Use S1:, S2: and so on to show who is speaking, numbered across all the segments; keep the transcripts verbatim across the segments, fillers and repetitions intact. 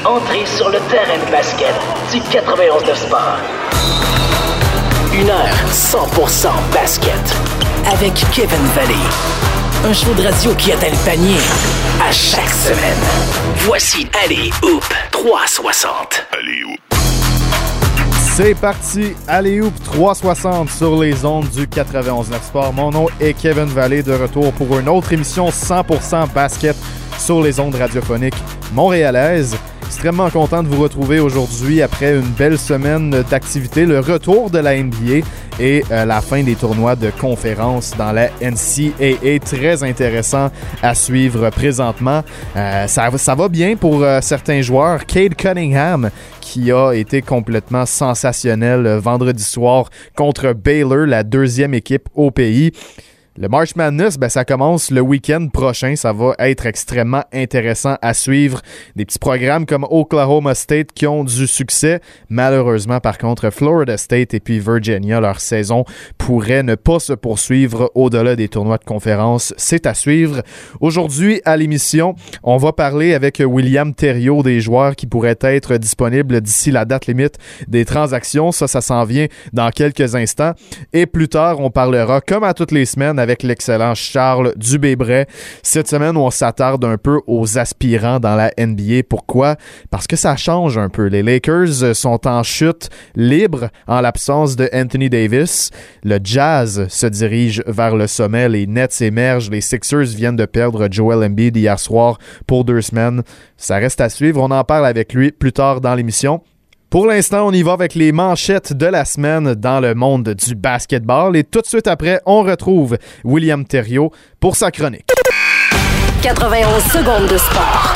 S1: Entrez sur le terrain de basket du quatre-vingt-onze neuf Sport. Une heure cent pour cent basket avec Kevin Valley. Un show de radio qui atteint le panier à chaque semaine. Voici Alley-Oop trois cent soixante.
S2: Alley-Oop.
S3: C'est parti, Alley-Oop trois cent soixante sur les ondes du quatre-vingt-onze neuf Sport. Mon nom est Kevin Valley, de retour pour une autre émission cent pour cent basket sur les ondes radiophoniques montréalaises. Extrêmement content de vous retrouver aujourd'hui après une belle semaine d'activité, le retour de la N B A et euh, la fin des tournois de conférence dans la N C A A. Très intéressant à suivre présentement. Euh, ça, ça va bien pour euh, certains joueurs. Cade Cunningham, qui a été complètement sensationnel euh, vendredi soir contre Baylor, la deuxième équipe au pays. Le March Madness, ben, ça commence le week-end prochain. Ça va être extrêmement intéressant à suivre. Des petits programmes comme Oklahoma State qui ont du succès. Malheureusement, par contre, Florida State et puis Virginia, leur saison pourrait ne pas se poursuivre au-delà des tournois de conférence. C'est à suivre. Aujourd'hui, à l'émission, on va parler avec William Thériault des joueurs qui pourraient être disponibles d'ici la date limite des transactions. Ça, ça s'en vient dans quelques instants. Et plus tard, on parlera, comme à toutes les semaines, avec l'excellent Charles Dubébret. Cette semaine, on s'attarde un peu aux aspirants dans la N B A. Pourquoi? Parce que ça change un peu. Les Lakers sont en chute libre en l'absence de Anthony Davis. Le Jazz se dirige vers le sommet. Les Nets émergent. Les Sixers viennent de perdre Joel Embiid hier soir pour deux semaines. Ça reste à suivre. On en parle avec lui plus tard dans l'émission. Pour l'instant, on y va avec les manchettes de la semaine dans le monde du basketball. Et tout de suite après, on retrouve William Thériault pour sa chronique.
S4: quatre-vingt-onze secondes de sport.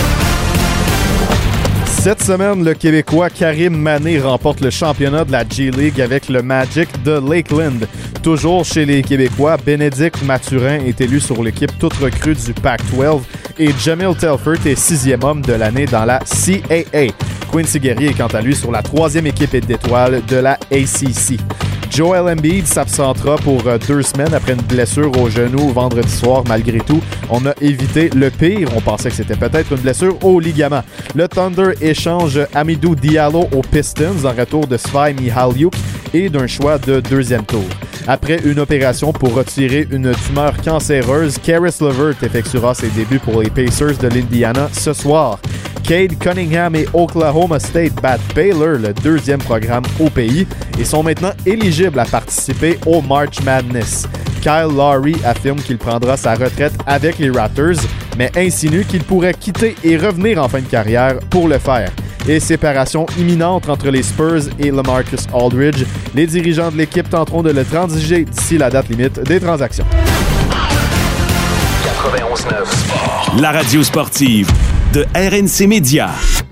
S3: Cette semaine, le Québécois Karim Mané remporte le championnat de la G-League avec le Magic de Lakeland. Toujours chez les Québécois, Bénédicte Mathurin est élu sur l'équipe toute recrue du Pac douze et Jamil Telford est sixième homme de l'année dans la C A A. Quincy Guerrier est quant à lui sur la troisième équipe d'étoiles de la A C C. Joel Embiid s'absentera pour deux semaines après une blessure au genou vendredi soir. Malgré tout, on a évité le pire. On pensait que c'était peut-être une blessure au ligament. Le Thunder échange Hamidou Diallo aux Pistons en retour de Svi Mykhailiuk et d'un choix de deuxième tour. Après une opération pour retirer une tumeur cancéreuse, Caris LeVert effectuera ses débuts pour les Pacers de l'Indiana ce soir. Cade Cunningham et Oklahoma State battent Baylor, le deuxième programme au pays, et sont maintenant éligibles à participer au March Madness. Kyle Lowry affirme qu'il prendra sa retraite avec les Raptors, mais insinue qu'il pourrait quitter et revenir en fin de carrière pour le faire. Et séparation imminente entre les Spurs et LaMarcus Aldridge. Les dirigeants de l'équipe tenteront de le transiger d'ici la date limite des transactions.
S2: quatre-vingt-onze neuf Sport. La radio sportive de R N C Média.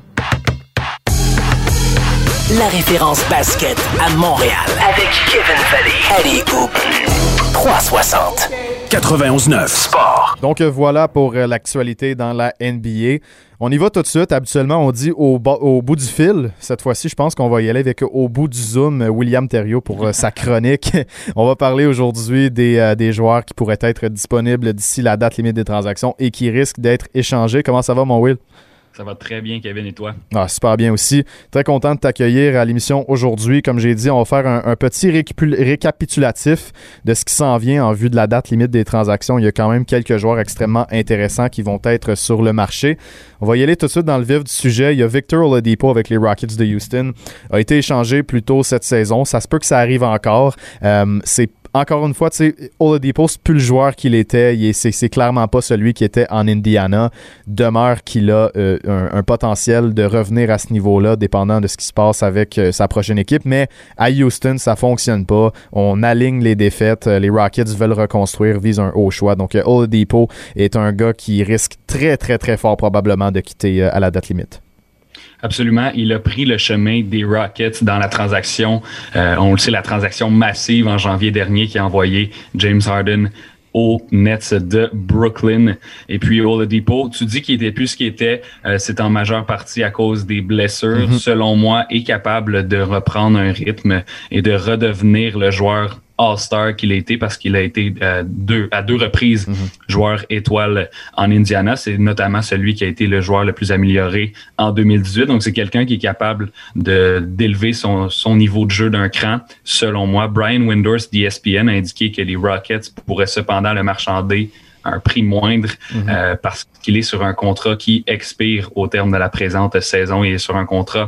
S1: La référence basket à Montréal avec Kevin Valley. Alley-Oop trois cent soixante.
S2: quatre-vingt-onze neuf Sport.
S3: Donc voilà pour euh, l'actualité dans la N B A. On y va tout de suite. Habituellement, on dit au, bo- au bout du fil. Cette fois-ci, je pense qu'on va y aller avec au bout du zoom William Thériault pour euh, sa chronique. On va parler aujourd'hui des, euh, des joueurs qui pourraient être disponibles d'ici la date limite des transactions et qui risquent d'être échangés. Comment ça va, mon Will?
S5: Ça va très bien, Kevin, et toi?
S3: Ah, super bien aussi. Très content de t'accueillir à l'émission aujourd'hui. Comme j'ai dit, on va faire un, un petit récapul- récapitulatif de ce qui s'en vient en vue de la date limite des transactions. Il y a quand même quelques joueurs extrêmement intéressants qui vont être sur le marché. On va y aller tout de suite dans le vif du sujet. Il y a Victor Oladipo avec les Rockets de Houston. A été échangé plus tôt cette saison. Ça se peut que ça arrive encore. Euh, c'est Encore une fois, tu sais, Oladipo, c'est plus le joueur qu'il était. Il est, c'est, c'est clairement pas celui qui était en Indiana. Demeure qu'il a euh, un, un potentiel de revenir à ce niveau-là, dépendant de ce qui se passe avec euh, sa prochaine équipe. Mais à Houston, ça fonctionne pas. On aligne les défaites. Les Rockets veulent reconstruire, visent un haut choix. Donc, euh, Oladipo est un gars qui risque très, très, très fort probablement de quitter euh, à la date limite.
S5: Absolument. Il a pris le chemin des Rockets dans la transaction. Euh, on le sait, la transaction massive en janvier dernier qui a envoyé James Harden aux Nets de Brooklyn. Et puis Oladipo, tu dis qu'il était plus ce qu'il était. Euh, c'est en majeure partie à cause des blessures. Mm-hmm. Selon moi, est capable de reprendre un rythme et de redevenir le joueur All-Star qu'il a été parce qu'il a été euh, deux, à deux reprises mm-hmm. joueur étoile en Indiana. C'est notamment celui qui a été le joueur le plus amélioré en deux mille dix-huit. Donc, c'est quelqu'un qui est capable de d'élever son, son niveau de jeu d'un cran, selon moi. Brian Windhorst d'E S P N a indiqué que les Rockets pourraient cependant le marchander à un prix moindre mm-hmm. euh, parce qu'il est sur un contrat qui expire au terme de la présente saison. Il est sur un contrat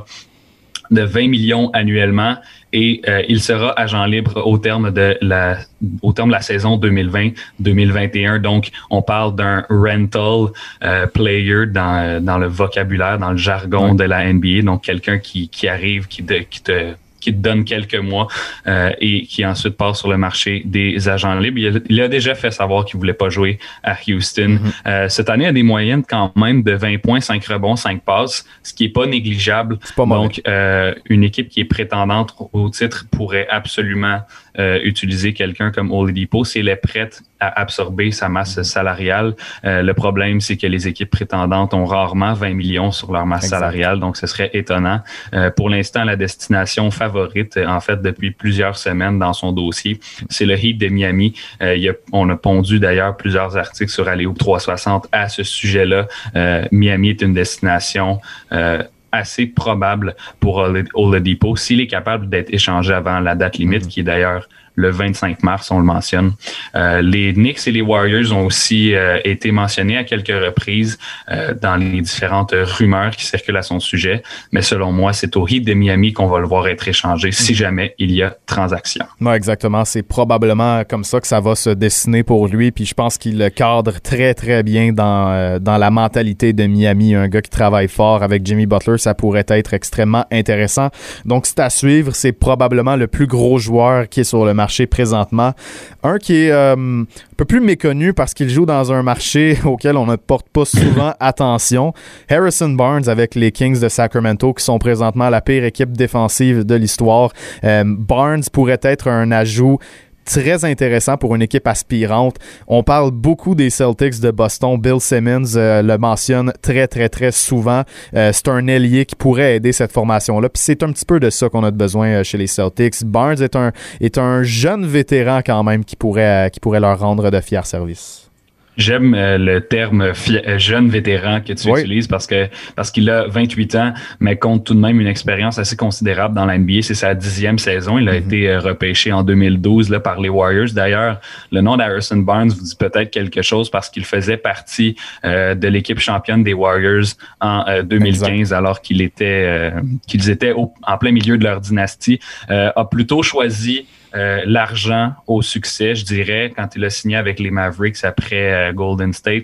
S5: de vingt millions annuellement et euh, il sera agent libre au terme de la au terme de la saison deux mille vingt deux mille vingt et un. Donc, on parle d'un rental euh, player dans dans le vocabulaire, dans le jargon ouais. de la N B A. Donc, quelqu'un qui qui arrive, qui, de, qui te qui te donne quelques mois euh, et qui ensuite passe sur le marché des agents libres. Il a, il a déjà fait savoir qu'il voulait pas jouer à Houston. Mm-hmm. Euh, cette année, il a des moyennes quand même de vingt points, cinq rebonds, cinq passes, ce qui est pas négligeable.
S3: C'est pas
S5: Donc, euh, une équipe qui est prétendante au titre pourrait absolument euh, utiliser quelqu'un comme Oladipo si elle est prête à absorber sa masse salariale. Euh, le problème, c'est que les équipes prétendantes ont rarement vingt millions sur leur masse exact. salariale, donc ce serait étonnant. Euh, pour l'instant, la destination favorite, en fait, depuis plusieurs semaines dans son dossier, c'est le Heat de Miami. Euh, il y a, on a pondu d'ailleurs plusieurs articles sur Alley-Oop trois cent soixante à ce sujet-là. Euh, Miami est une destination euh, assez probable pour Oladipo s'il est capable d'être échangé avant la date limite, mm-hmm. qui est d'ailleurs le vingt-cinq mars, on le mentionne. Euh, les Knicks et les Warriors ont aussi euh, été mentionnés à quelques reprises euh, dans les différentes rumeurs qui circulent à son sujet. Mais selon moi, c'est au Heat de Miami qu'on va le voir être échangé si jamais il y a transaction.
S3: Oui, exactement. C'est probablement comme ça que ça va se dessiner pour lui. Puis je pense qu'il le cadre très, très bien dans, euh, dans la mentalité de Miami. Un gars qui travaille fort avec Jimmy Butler, ça pourrait être extrêmement intéressant. Donc, c'est à suivre. C'est probablement le plus gros joueur qui est sur le marché présentement. Un qui est euh, un peu plus méconnu parce qu'il joue dans un marché auquel on ne porte pas souvent attention. Harrison Barnes avec les Kings de Sacramento qui sont présentement la pire équipe défensive de l'histoire. Euh, Barnes pourrait être un ajout très intéressant pour une équipe aspirante. On parle beaucoup des Celtics de Boston. Bill Simmons euh, le mentionne très, très, très souvent. Euh, c'est un ailier qui pourrait aider cette formation-là. Puis c'est un petit peu de ça qu'on a besoin euh, chez les Celtics. Barnes est un, est un jeune vétéran quand même qui pourrait, euh, qui pourrait leur rendre de fiers services.
S5: J'aime euh, le terme fi- jeune vétéran que tu oui. utilises parce que parce qu'il a vingt-huit ans, mais compte tout de même une expérience assez considérable dans la N B A. C'est sa dixième saison. Il a mm-hmm. été euh, repêché en deux mille douze là, par les Warriors. D'ailleurs, le nom d'Harrison Barnes vous dit peut-être quelque chose parce qu'il faisait partie euh, de l'équipe championne des Warriors en euh, deux mille quinze, exact. alors qu'il était euh, qu'ils étaient au, en plein milieu de leur dynastie. Euh, a plutôt choisi Euh, l'argent au succès, je dirais, quand il a signé avec les Mavericks après euh, Golden State.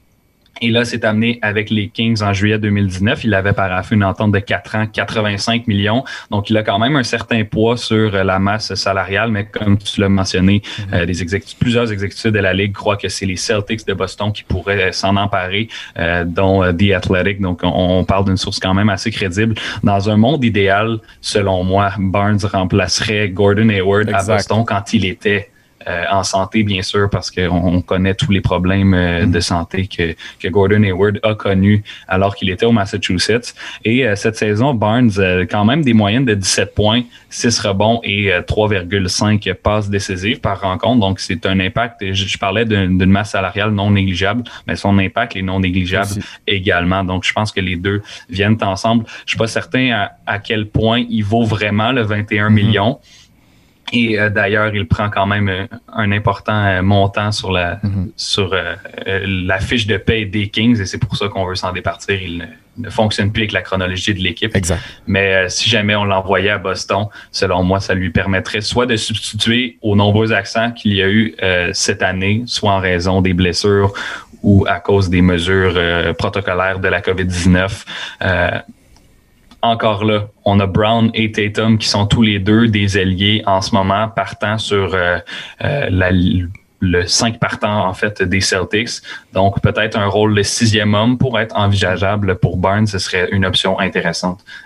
S5: Et là, c'est amené avec les Kings en juillet deux mille dix-neuf. Il avait paraphé une entente de quatre ans, quatre-vingt-cinq millions. Donc, il a quand même un certain poids sur la masse salariale. Mais comme tu l'as mentionné, mm-hmm. euh, des exécutifs, plusieurs exécutifs de la Ligue croient que c'est les Celtics de Boston qui pourraient s'en emparer, euh, dont euh, The Athletic. Donc, on, on parle d'une source quand même assez crédible. Dans un monde idéal, selon moi, Barnes remplacerait Gordon Hayward exact. à Boston quand il était Euh, en santé, bien sûr, parce qu'on connaît tous les problèmes euh, mm. de santé que, que Gordon Hayward a connus alors qu'il était au Massachusetts. Et euh, cette saison, Barnes a quand même des moyennes de dix-sept points, six rebonds et euh, trois virgule cinq passes décisives par rencontre. Donc, c'est un impact. Je, je parlais d'une, d'une masse salariale non négligeable, mais son impact est non négligeable Merci. également. Donc, je pense que les deux viennent ensemble. Je suis pas certain à, à quel point il vaut vraiment le vingt et un mm-hmm. millions. Et euh, d'ailleurs, il prend quand même euh, un important euh, montant sur la mm-hmm. sur euh, euh, la fiche de paie des Kings et c'est pour ça qu'on veut s'en départir. Il ne, ne fonctionne plus avec la chronologie de l'équipe.
S3: Exact.
S5: Mais euh, si jamais on l'envoyait à Boston, selon moi, ça lui permettrait soit de substituer aux nombreux accents qu'il y a eu euh, cette année, soit en raison des blessures ou à cause des mesures euh, protocolaires de la covid dix-neuf. Euh, Encore là, on a Brown et Tatum qui sont tous les deux des ailiers en ce moment partant sur euh, euh, la, le cinq partant en fait des Celtics. Donc peut-être un rôle de sixième homme pour être envisageable pour Barnes, ce serait une option intéressante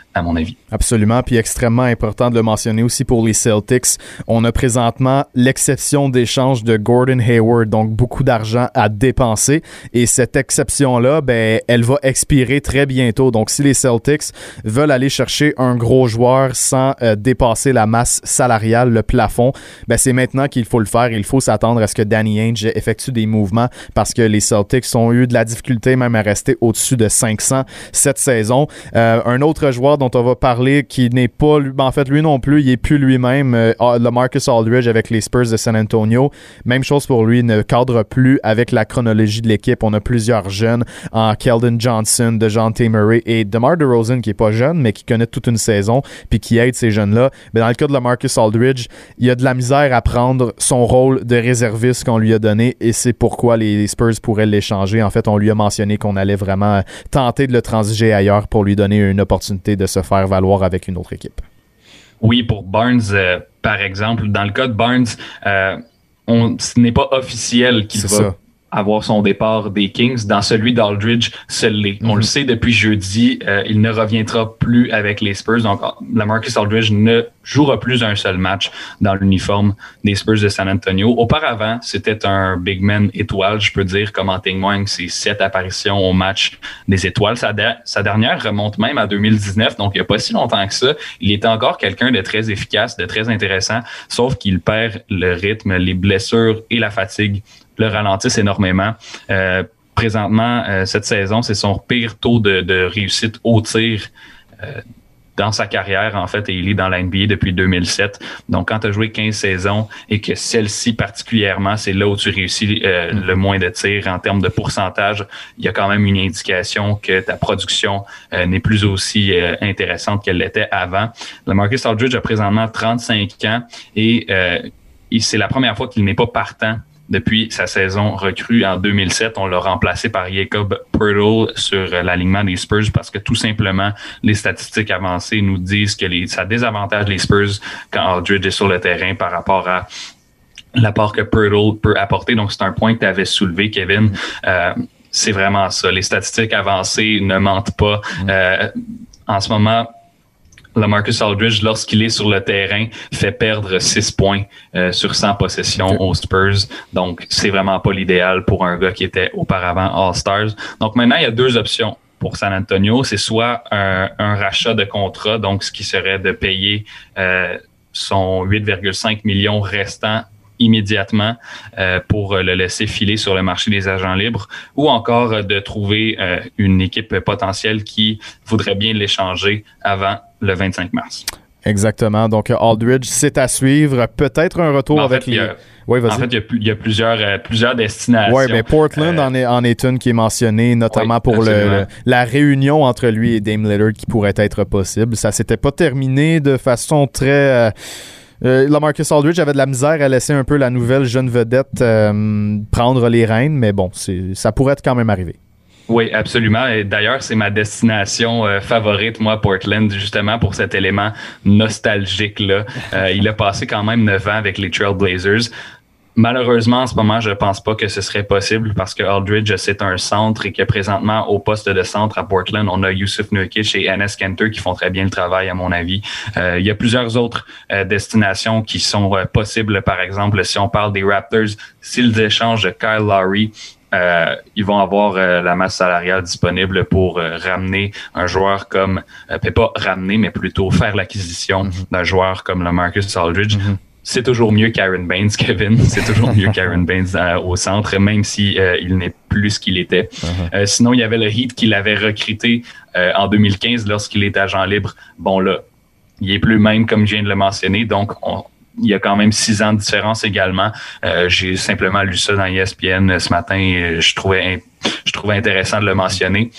S5: à mon avis.
S3: Absolument, puis extrêmement important de le mentionner aussi pour les Celtics. On a présentement l'exception d'échange de Gordon Hayward, donc beaucoup d'argent à dépenser, et cette exception-là, ben, elle va expirer très bientôt. Donc, si les Celtics veulent aller chercher un gros joueur sans euh, dépasser la masse salariale, le plafond, ben, c'est maintenant qu'il faut le faire. Il faut s'attendre à ce que Danny Ainge effectue des mouvements parce que les Celtics ont eu de la difficulté même à rester au-dessus de cinq cents cette saison. Euh, un autre joueur dont on va parler qui n'est pas, en fait, lui non plus, il est plus lui-même, euh, LaMarcus Aldridge avec les Spurs de San Antonio. Même chose pour lui, il ne cadre plus avec la chronologie de l'équipe. On a plusieurs jeunes en Keldon Johnson, DeJounte Murray et DeMar DeRozan qui est pas jeune mais qui connaît toute une saison puis qui aide ces jeunes-là. Mais dans le cas de LaMarcus Aldridge, il y a de la misère à prendre son rôle de réserviste qu'on lui a donné et c'est pourquoi les Spurs pourraient l'échanger. En fait, on lui a mentionné qu'on allait vraiment tenter de le transiger ailleurs pour lui donner une opportunité de se faire valoir avec une autre équipe.
S5: Oui, pour Barnes, euh, par exemple, dans le cas de Barnes, euh, on, ce n'est pas officiel qu'il
S3: c'est
S5: va
S3: ça.
S5: avoir son départ des Kings. Dans celui d'Aldridge, ce l'est. Mm-hmm. On le sait depuis jeudi, euh, il ne reviendra plus avec les Spurs. Donc, LaMarcus Aldridge ne jouera plus un seul match dans l'uniforme des Spurs de San Antonio. Auparavant, c'était un big man étoile, je peux dire, comme en témoigne ses sept apparitions au match des étoiles. Sa, de- sa dernière remonte même à deux mille dix-neuf, donc il n'y a pas si longtemps que ça. Il était encore quelqu'un de très efficace, de très intéressant, sauf qu'il perd le rythme, les blessures et la fatigue le ralentissent énormément. Euh, présentement, euh, cette saison, c'est son pire taux de, de réussite au tir euh, dans sa carrière, en fait, et il est dans la N B A depuis deux mille sept. Donc, quand tu as joué quinze saisons et que celle-ci particulièrement, c'est là où tu réussis euh, mm. le moins de tirs en termes de pourcentage, il y a quand même une indication que ta production euh, n'est plus aussi euh, intéressante qu'elle l'était avant. LaMarcus Aldridge a présentement trente-cinq ans et, euh, et c'est la première fois qu'il n'est pas partant depuis sa saison recrue en deux mille sept. On l'a remplacé par Jakob Poeltl sur l'alignement des Spurs parce que tout simplement, les statistiques avancées nous disent que les, ça désavantage les Spurs quand Aldridge est sur le terrain par rapport à l'apport que Poeltl peut apporter. Donc, c'est un point que tu avais soulevé, Kevin. Euh, c'est vraiment ça. Les statistiques avancées ne mentent pas. Euh, en ce moment, LaMarcus Aldridge, lorsqu'il est sur le terrain, fait perdre six points euh, sur cent possessions okay. aux Spurs. Donc, c'est vraiment pas l'idéal pour un gars qui était auparavant All-Stars. Donc, maintenant, il y a deux options pour San Antonio. C'est soit un, un rachat de contrat, donc ce qui serait de payer euh, son huit virgule cinq millions restant immédiatement euh, pour le laisser filer sur le marché des agents libres, ou encore euh, de trouver euh, une équipe potentielle qui voudrait bien l'échanger avant le vingt-cinq mars.
S3: Exactement. Donc, Aldridge, c'est à suivre. Peut-être un retour avec
S5: fait,
S3: les...
S5: A,
S3: oui, vas-y.
S5: En fait, il y a, il y a plusieurs, euh, plusieurs destinations.
S3: Oui, mais Portland euh, en, est, en est une qui est mentionnée, notamment oui, pour le, la réunion entre lui et Dame Lillard qui pourrait être possible. Ça s'était pas terminé de façon très... Euh, Euh, LaMarcus Aldridge avait de la misère à laisser un peu la nouvelle jeune vedette euh, prendre les rênes, mais bon, c'est, ça pourrait quand même arriver.
S5: Oui, absolument. Et d'ailleurs, c'est ma destination euh, favorite, moi, Portland, justement pour cet élément nostalgique-là. Euh, il a passé quand même neuf ans avec les Trail Blazers. Malheureusement, en ce moment, je pense pas que ce serait possible parce que Aldridge, c'est un centre et que présentement, au poste de centre à Portland, on a Yusuf Nurkic et Enes Kanter qui font très bien le travail, à mon avis. Euh, il y a plusieurs autres euh, destinations qui sont euh, possibles. Par exemple, si on parle des Raptors, s'ils échangent Kyle Lowry, Euh, ils vont avoir euh, la masse salariale disponible pour euh, ramener un joueur comme, euh, pas ramener, mais plutôt faire l'acquisition mm-hmm. d'un joueur comme LaMarcus Aldridge. Mm-hmm. C'est toujours mieux qu'Aaron Baines, Kevin. C'est toujours mieux qu'Aaron Baines euh, au centre, même si euh, il n'est plus ce qu'il était. Uh-huh. Euh, sinon, il y avait le Heat qui l'avait recruté euh, en deux mille quinze lorsqu'il était agent libre. Bon, là, il est plus même, comme je viens de le mentionner. Donc, on, il y a quand même six ans de différence également. Euh, j'ai simplement lu ça dans E S P N ce matin et je trouvais, je trouvais intéressant de le mentionner.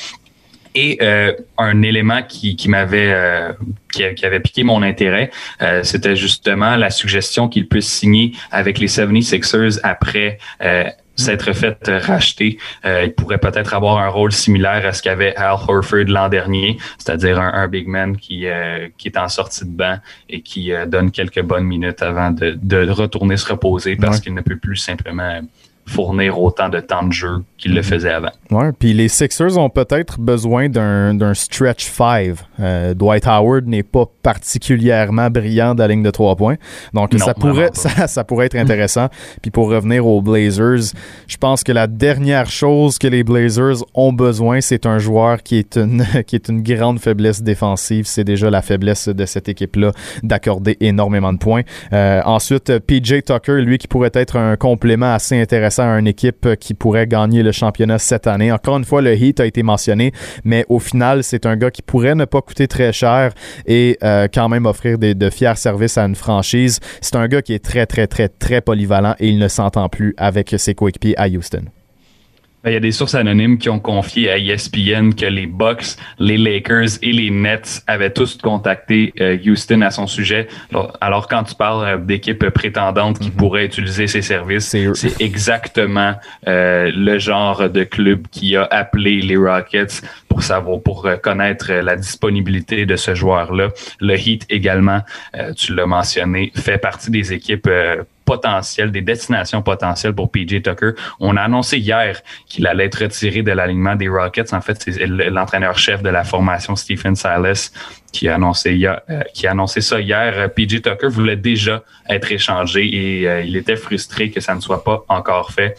S5: Et euh, un élément qui, qui m'avait euh, qui, qui avait piqué mon intérêt, euh, c'était justement la suggestion qu'il puisse signer avec les soixante-sixers après euh, s'être fait racheter. Euh, il pourrait peut-être avoir un rôle similaire à ce qu'avait Al Horford l'an dernier, c'est-à-dire un, un big man qui euh, qui est en sortie de banc et qui euh, donne quelques bonnes minutes avant de, de retourner se reposer parce ouais. qu'il ne peut plus simplement fournir autant de temps de jeu qu'il le faisait avant.
S3: Ouais, puis les Sixers ont peut-être besoin d'un, d'un stretch five. Euh, Dwight Howard n'est pas particulièrement brillant de la ligne de trois points. Donc, non, ça, pourrait, ça, ça pourrait être intéressant. Puis pour revenir aux Blazers, je pense que la dernière chose que les Blazers ont besoin, c'est un joueur qui est une, qui est une grande faiblesse défensive. C'est déjà la faiblesse de cette équipe-là d'accorder énormément de points. Euh, ensuite, P J Tucker, lui, qui pourrait être un complément assez intéressant à une équipe qui pourrait gagner le championnat cette année. Encore une fois, le Heat a été mentionné, mais au final, c'est un gars qui pourrait ne pas coûter très cher et euh, quand même offrir des, de fiers services à une franchise. C'est un gars qui est très, très, très, très polyvalent et il ne s'entend plus avec ses coéquipiers à Houston.
S5: Il y a des sources anonymes qui ont confié à E S P N que les Bucks, les Lakers et les Nets avaient tous contacté euh, Houston à son sujet. Alors, alors quand tu parles d'équipes prétendantes qui mm-hmm. pourraient utiliser ses services, c'est, c'est exactement euh, le genre de club qui a appelé les Rockets pour savoir, pour connaître la disponibilité de ce joueur-là. Le Heat également, euh, tu l'as mentionné, fait partie des équipes euh, potentielles, des destinations potentielles pour P J Tucker. On a annoncé hier qu'il allait être retiré de l'alignement des Rockets. En fait, c'est l'entraîneur-chef de la formation, Stephen Silas, qui a annoncé hier, euh, qui a annoncé ça hier. P J Tucker voulait déjà être échangé et euh, il était frustré que ça ne soit pas encore fait.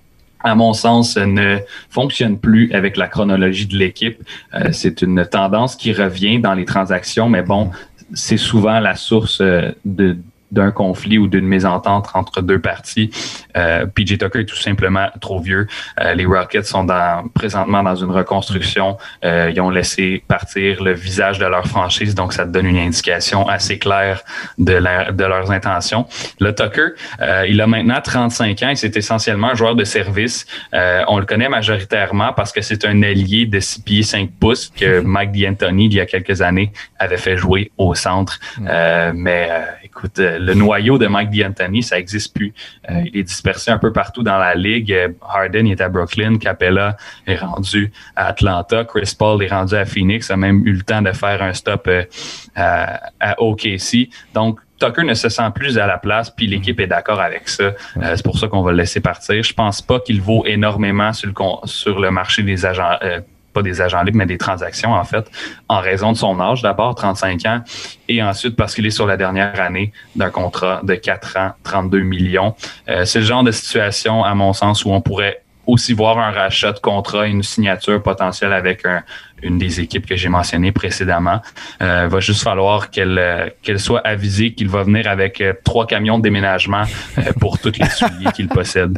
S5: À mon sens, ne fonctionne plus avec la chronologie de l'équipe. Euh, c'est une tendance qui revient dans les transactions, mais bon, c'est souvent la source euh, de d'un conflit ou d'une mésentente entre deux parties. Euh, P J Tucker est tout simplement trop vieux. Euh, les Rockets sont dans, présentement dans une reconstruction. Euh, ils ont laissé partir le visage de leur franchise, donc ça te donne une indication assez claire de, la, de leurs intentions. Le Tucker, euh, il a maintenant trente-cinq ans et c'est essentiellement un joueur de service. Euh, on le connaît majoritairement parce que c'est un ailier de six pieds cinq pouces que Mike D'Antoni, il y a quelques années, avait fait jouer au centre. Euh, mais euh, écoute, le noyau de Mike D'Antoni, ça n'existe plus. Euh, il est dispersé un peu partout dans la ligue. Harden il est à Brooklyn, Capella est rendu à Atlanta, Chris Paul est rendu à Phoenix, a même eu le temps de faire un stop euh, à, à O K C. Donc, Tucker ne se sent plus à la place, puis l'équipe est d'accord avec ça. Euh, c'est pour ça qu'on va le laisser partir. Je pense pas qu'il vaut énormément sur le, sur le marché des agents, euh, pas des agents libres, mais des transactions, en fait, en raison de son âge, d'abord, trente-cinq ans, et ensuite parce qu'il est sur la dernière année d'un contrat de quatre ans, trente-deux millions. Euh, c'est le genre de situation, à mon sens, où on pourrait aussi voir un rachat de contrat, une signature potentielle avec un, une des équipes que j'ai mentionnées précédemment. Euh, va juste falloir qu'elle, euh, qu'elle soit avisée qu'il va venir avec euh, trois camions de déménagement euh, pour tous les souliers qu'il possède.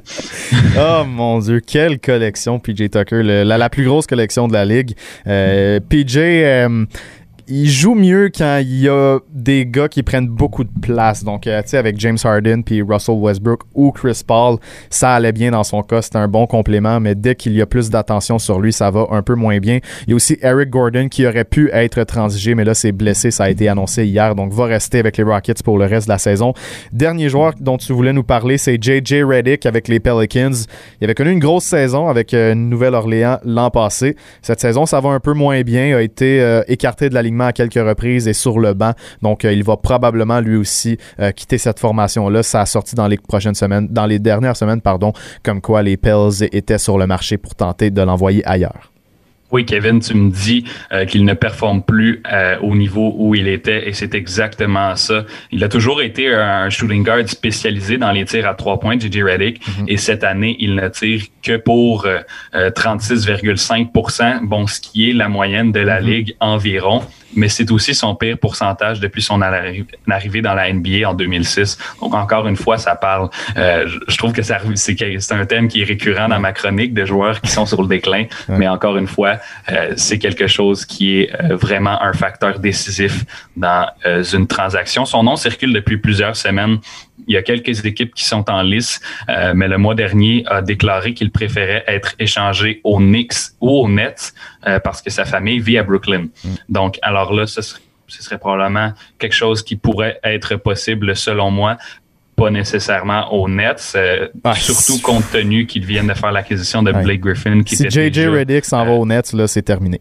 S3: Oh mon Dieu, quelle collection P J Tucker, le, la, la plus grosse collection de la ligue. Euh, P J... Euh, il joue mieux quand il y a des gars qui prennent beaucoup de place. Donc, euh, tu sais, avec James Harden puis Russell Westbrook ou Chris Paul, ça allait bien dans son cas. C'était un bon complément, mais dès qu'il y a plus d'attention sur lui, ça va un peu moins bien. Il y a aussi Eric Gordon qui aurait pu être transigé, mais là, c'est blessé. Ça a été annoncé hier, donc va rester avec les Rockets pour le reste de la saison. Dernier joueur dont tu voulais nous parler, c'est J J Redick avec les Pelicans. Il avait connu une grosse saison avec euh, Nouvelle-Orléans l'an passé. Cette saison, ça va un peu moins bien. Il a été euh, écarté de la ligue à quelques reprises et sur le banc. Donc, euh, il va probablement lui aussi euh, quitter cette formation-là. Ça a sorti dans les prochaines semaines, dans les dernières semaines, pardon, comme quoi les Pels étaient sur le marché pour tenter de l'envoyer ailleurs.
S5: Oui, Kevin, tu me dis euh, qu'il ne performe plus euh, au niveau où il était et c'est exactement ça. Il a toujours été un shooting guard spécialisé dans les tirs à trois points, J J Redick, mm-hmm. et cette année, il ne tire que pour euh, trente-six virgule cinq pour cent, bon, ce qui est la moyenne de la mm-hmm. ligue environ. Mais c'est aussi son pire pourcentage depuis son arrivée dans la N B A en deux mille six. Donc, encore une fois, ça parle. Euh, je trouve que ça, c'est, c'est un thème qui est récurrent dans ma chronique de joueurs qui sont sur le déclin. Ouais. Mais encore une fois, euh, c'est quelque chose qui est euh, vraiment un facteur décisif dans euh, une transaction. Son nom circule depuis plusieurs semaines. Il y a quelques équipes qui sont en lice, euh, mais le mois dernier a déclaré qu'il préférait être échangé aux Knicks ou aux Nets euh, parce que sa famille vit à Brooklyn. Mm. Donc, alors là, ce serait, ce serait probablement quelque chose qui pourrait être possible selon moi. Pas nécessairement aux Nets, euh, ah, surtout compte tenu qu'ils viennent de faire l'acquisition de Blake ouais. Griffin. Qui
S3: si J J Redick s'en euh, va aux Nets, là, c'est terminé.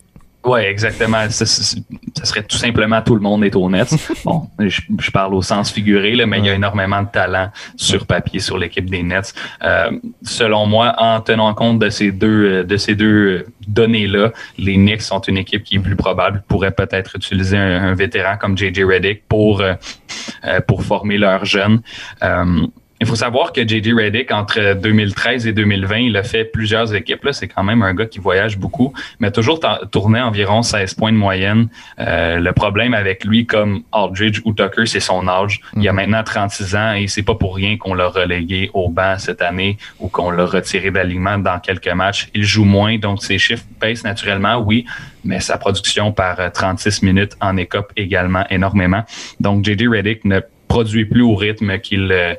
S5: Oui, exactement. Ça, ça, ça serait tout simplement tout le monde est aux Nets. Bon, je, je parle au sens figuré, là, mais il y a énormément de talent sur papier sur l'équipe des Nets. Euh, selon moi, en tenant compte de ces deux de ces deux données-là, les Knicks sont une équipe qui est plus probable, pourrait peut-être utiliser un, un vétéran comme J J Redick pour euh, pour former leurs jeunes. Euh, Il faut savoir que J J Redick, entre deux mille treize et deux mille vingt, il a fait plusieurs équipes. Là, c'est quand même un gars qui voyage beaucoup, mais toujours t- tourné environ seize points de moyenne. Euh, le problème avec lui, comme Aldridge ou Tucker, c'est son âge. Il a maintenant trente-six ans et c'est pas pour rien qu'on l'a relégué au banc cette année ou qu'on l'a retiré d'alignement dans quelques matchs. Il joue moins, donc ses chiffres baissent naturellement, oui, mais sa production par trente-six minutes en écope également énormément. Donc, J J Redick ne produit plus au rythme qu'il... Euh,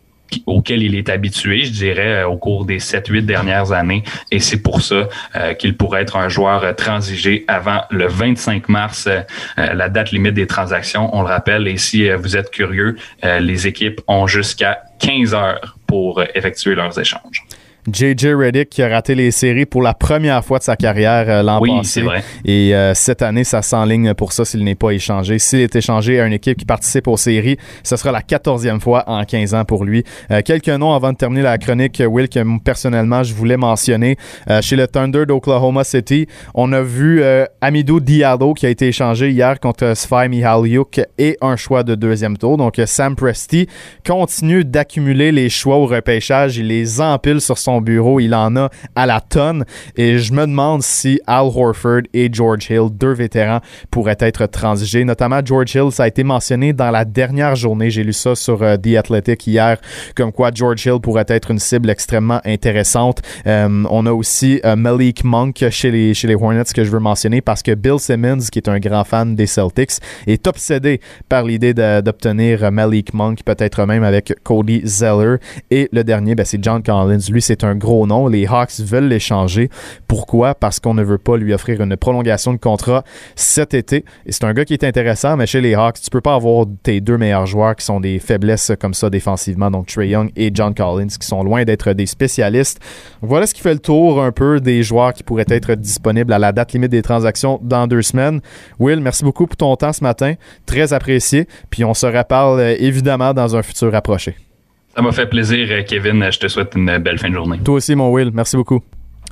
S5: auquel il est habitué, je dirais, au cours des sept huit dernières années. Et c'est pour ça euh, qu'il pourrait être un joueur euh, transigé avant le vingt-cinq mars, euh, la date limite des transactions, on le rappelle. Et si euh, vous êtes curieux, euh, les équipes ont jusqu'à quinze heures pour euh, effectuer leurs échanges.
S3: J J Redick qui a raté les séries pour la première fois de sa carrière euh, l'an
S5: oui,
S3: passé.
S5: C'est vrai.
S3: Et euh, cette année, ça s'enligne pour ça s'il n'est pas échangé. S'il est échangé à une équipe qui participe aux séries, ce sera la quatorzième fois en quinze ans pour lui. Euh, quelques noms avant de terminer la chronique, Will, que personnellement, je voulais mentionner. Euh, chez le Thunder d'Oklahoma City, on a vu euh, Hamidou Diallo qui a été échangé hier contre Svi Mykhailiuk et un choix de deuxième tour. Donc, Sam Presti continue d'accumuler les choix au repêchage. Il les empile sur son bureau, il en a à la tonne et je me demande si Al Horford et George Hill, deux vétérans, pourraient être transigés. Notamment George Hill, ça a été mentionné dans la dernière journée, j'ai lu ça sur uh, The Athletic hier, comme quoi George Hill pourrait être une cible extrêmement intéressante. Um, on a aussi uh, Malik Monk chez les, chez les Hornets que je veux mentionner parce que Bill Simmons, qui est un grand fan des Celtics, est obsédé par l'idée de, d'obtenir Malik Monk, peut-être même avec Cody Zeller. Et le dernier, ben, c'est John Collins. Lui, c'est un gros nom. Les Hawks veulent l'échanger. Pourquoi? Parce qu'on ne veut pas lui offrir une prolongation de contrat cet été. Et c'est un gars qui est intéressant, mais chez les Hawks, tu peux pas avoir tes deux meilleurs joueurs qui sont des faiblesses comme ça défensivement, donc Trae Young et John Collins, qui sont loin d'être des spécialistes. Voilà ce qui fait le tour un peu des joueurs qui pourraient être disponibles à la date limite des transactions dans deux semaines. Will, merci beaucoup pour ton temps ce matin. Très apprécié. Puis on se reparle euh, évidemment dans un futur rapproché.
S5: Ça m'a fait plaisir, Kevin. Je te souhaite une belle fin de journée.
S3: Toi aussi, mon Will. Merci beaucoup.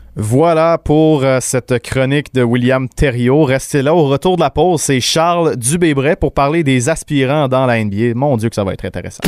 S3: Voilà pour euh, cette chronique de William Thériault. Restez là. Au retour de la pause, c'est Charles Dubébret pour parler des aspirants dans la N B A. Mon Dieu que ça va être intéressant.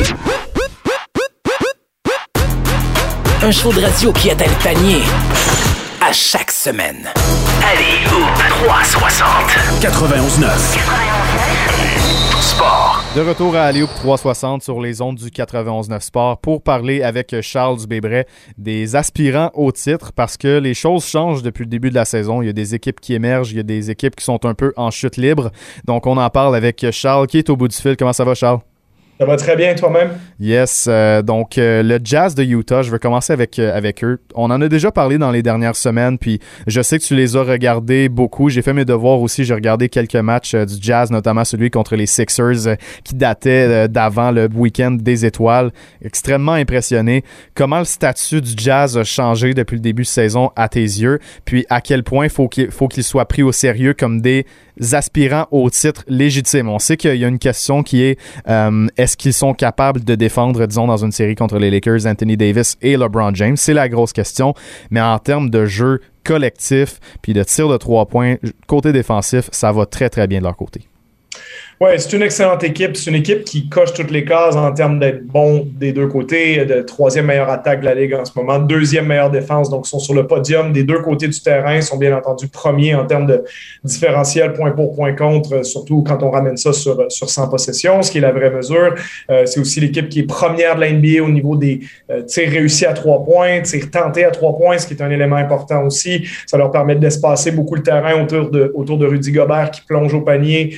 S1: Un show de radio qui atteint le panier à chaque semaine. Allez-vous trois cent soixante
S2: quatre-vingt-onze neuf
S1: Sport.
S3: De retour à Alley-Oop trois cent soixante sur les ondes du quatre-vingt-onze neuf Sport pour parler avec Charles Dubébret des aspirants au titre parce que les choses changent depuis le début de la saison. Il y a des équipes qui émergent, il y a des équipes qui sont un peu en chute libre. Donc on en parle avec Charles qui est au bout du fil. Comment ça va, Charles?
S6: Ça va très bien, toi-même?
S3: Yes. Euh, donc, euh, le Jazz de Utah, je veux commencer avec, euh, avec eux. On en a déjà parlé dans les dernières semaines, puis je sais que tu les as regardés beaucoup. J'ai fait mes devoirs aussi. J'ai regardé quelques matchs euh, du Jazz, notamment celui contre les Sixers, euh, qui datait euh, d'avant le week-end des étoiles. Extrêmement impressionné. Comment le statut du Jazz a changé depuis le début de saison à tes yeux? Puis, à quel point faut qu'il faut qu'il soit pris au sérieux comme des aspirants au titre légitime? On sait qu'il y a une question qui est euh, est-ce qu'ils sont capables de défendre, disons, dans une série contre les Lakers, Anthony Davis et LeBron James? C'est la grosse question. Mais en termes de jeu collectif puis de tir de trois points, côté défensif, ça va très, très bien de leur côté.
S6: Oui, c'est une excellente équipe. C'est une équipe qui coche toutes les cases en termes d'être bon des deux côtés, de troisième meilleure attaque de la Ligue en ce moment, deuxième meilleure défense, donc sont sur le podium des deux côtés du terrain, sont bien entendu premiers en termes de différentiel point pour point contre, surtout quand on ramène ça sur, sur cent possessions, ce qui est la vraie mesure. Euh, c'est aussi l'équipe qui est première de la N B A au niveau des euh, tirs réussis à trois points, tirs tentés à trois points, ce qui est un élément important aussi. Ça leur permet d'espacer beaucoup le terrain autour de, autour de Rudy Gobert qui plonge au panier euh, avec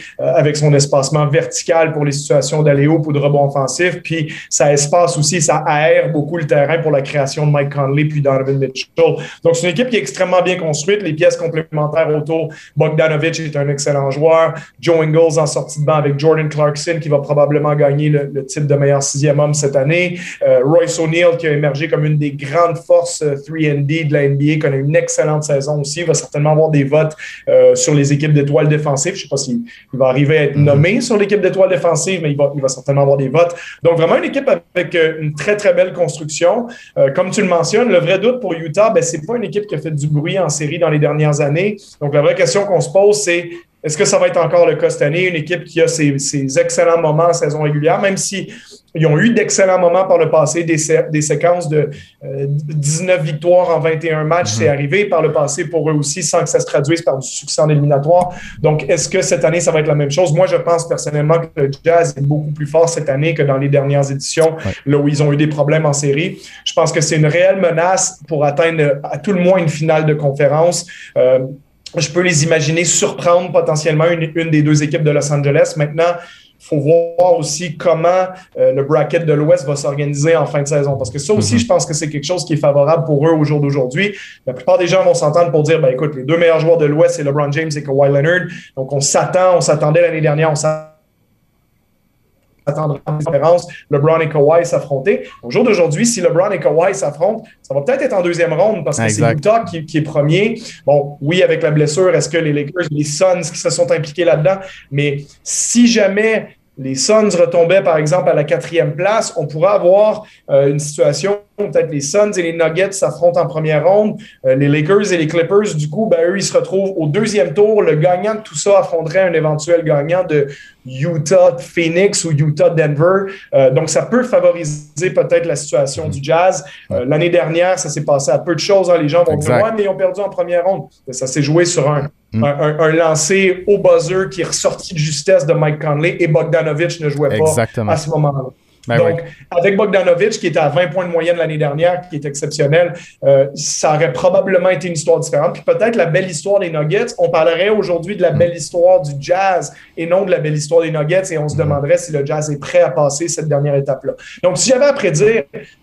S6: avec son espacement vertical pour les situations d'alley-oop ou de rebond offensif. Puis ça espace aussi, ça aère beaucoup le terrain pour la création de Mike Conley puis Donovan Mitchell. Donc, c'est une équipe qui est extrêmement bien construite. Les pièces complémentaires autour, Bogdanovic est un excellent joueur. Joe Ingles en sortie de banc avec Jordan Clarkson qui va probablement gagner le, le titre de meilleur sixième homme cette année. Euh, Royce O'Neal qui a émergé comme une des grandes forces euh, trois and D de la N B A, connaît une excellente saison aussi. Il va certainement avoir des votes euh, sur les équipes d'étoiles défensives. Je ne sais pas s'il il va arriver à être nommé sur l'équipe d'étoiles défensives, mais il va, il va certainement avoir des votes. Donc, vraiment une équipe avec euh, une très, très belle construction. Euh, comme tu le mentionnes, le vrai doute pour Utah, ben, c'est pas une équipe qui a fait du bruit en série dans les dernières années. Donc, la vraie question qu'on se pose, c'est est-ce que ça va être encore le cas cette année? Une équipe qui a ses, ses excellents moments en saison régulière, même si ils ont eu d'excellents moments par le passé, des, sé- des séquences de euh, dix-neuf victoires en vingt et un matchs, mm-hmm. c'est arrivé par le passé pour eux aussi, sans que ça se traduise par du succès en éliminatoire. Donc, est-ce que cette année, ça va être la même chose? Moi, je pense personnellement que le Jazz est beaucoup plus fort cette année que dans les dernières éditions, ouais. là où ils ont eu des problèmes en série. Je pense que c'est une réelle menace pour atteindre à tout le moins une finale de conférence. Euh, je peux les imaginer surprendre potentiellement une, une des deux équipes de Los Angeles. Maintenant, il faut voir aussi comment euh, le bracket de l'Ouest va s'organiser en fin de saison. Parce que ça aussi, mm-hmm. je pense que c'est quelque chose qui est favorable pour eux au jour d'aujourd'hui. La plupart des gens vont s'entendre pour dire, ben écoute, les deux meilleurs joueurs de l'Ouest, c'est LeBron James et Kawhi Leonard. Donc, on s'attend, on s'attendait l'année dernière, on s'attend attendre en conférence, LeBron et Kawhi s'affronter. Au jour d'aujourd'hui, si LeBron et Kawhi s'affrontent, ça va peut-être être en deuxième ronde parce que exact. C'est Utah qui, qui est premier. Bon, oui, avec la blessure, est-ce que les Lakers, les Suns qui se sont impliqués là-dedans? Mais si jamais les Suns retombaient, par exemple, à la quatrième place, on pourrait avoir euh, une situation où peut-être les Suns et les Nuggets s'affrontent en première ronde. Euh, les Lakers et les Clippers, du coup, ben, eux, ils se retrouvent au deuxième tour. Le gagnant de tout ça affronterait un éventuel gagnant de Utah Phoenix ou Utah Denver. Euh, donc, ça peut favoriser peut-être la situation du Jazz. Euh, l'année dernière, ça s'est passé à peu de choses. Hein. Les gens vont exact. dire « Ouais, mais ils ont perdu en première ronde. » Ça s'est joué sur un, mm. un, un, un lancer au buzzer qui est ressorti de justesse de Mike Conley et Bogdanovic ne jouait pas Exactement. À ce moment-là. Ben Donc, oui. avec Bogdanovic, qui était à vingt points de moyenne l'année dernière, qui est exceptionnel, euh, ça aurait probablement été une histoire différente. Puis peut-être la belle histoire des Nuggets, on parlerait aujourd'hui de la belle histoire du Jazz et non de la belle histoire des Nuggets, et on se demanderait si le Jazz est prêt à passer cette dernière étape-là. Donc, si j'avais à prédire,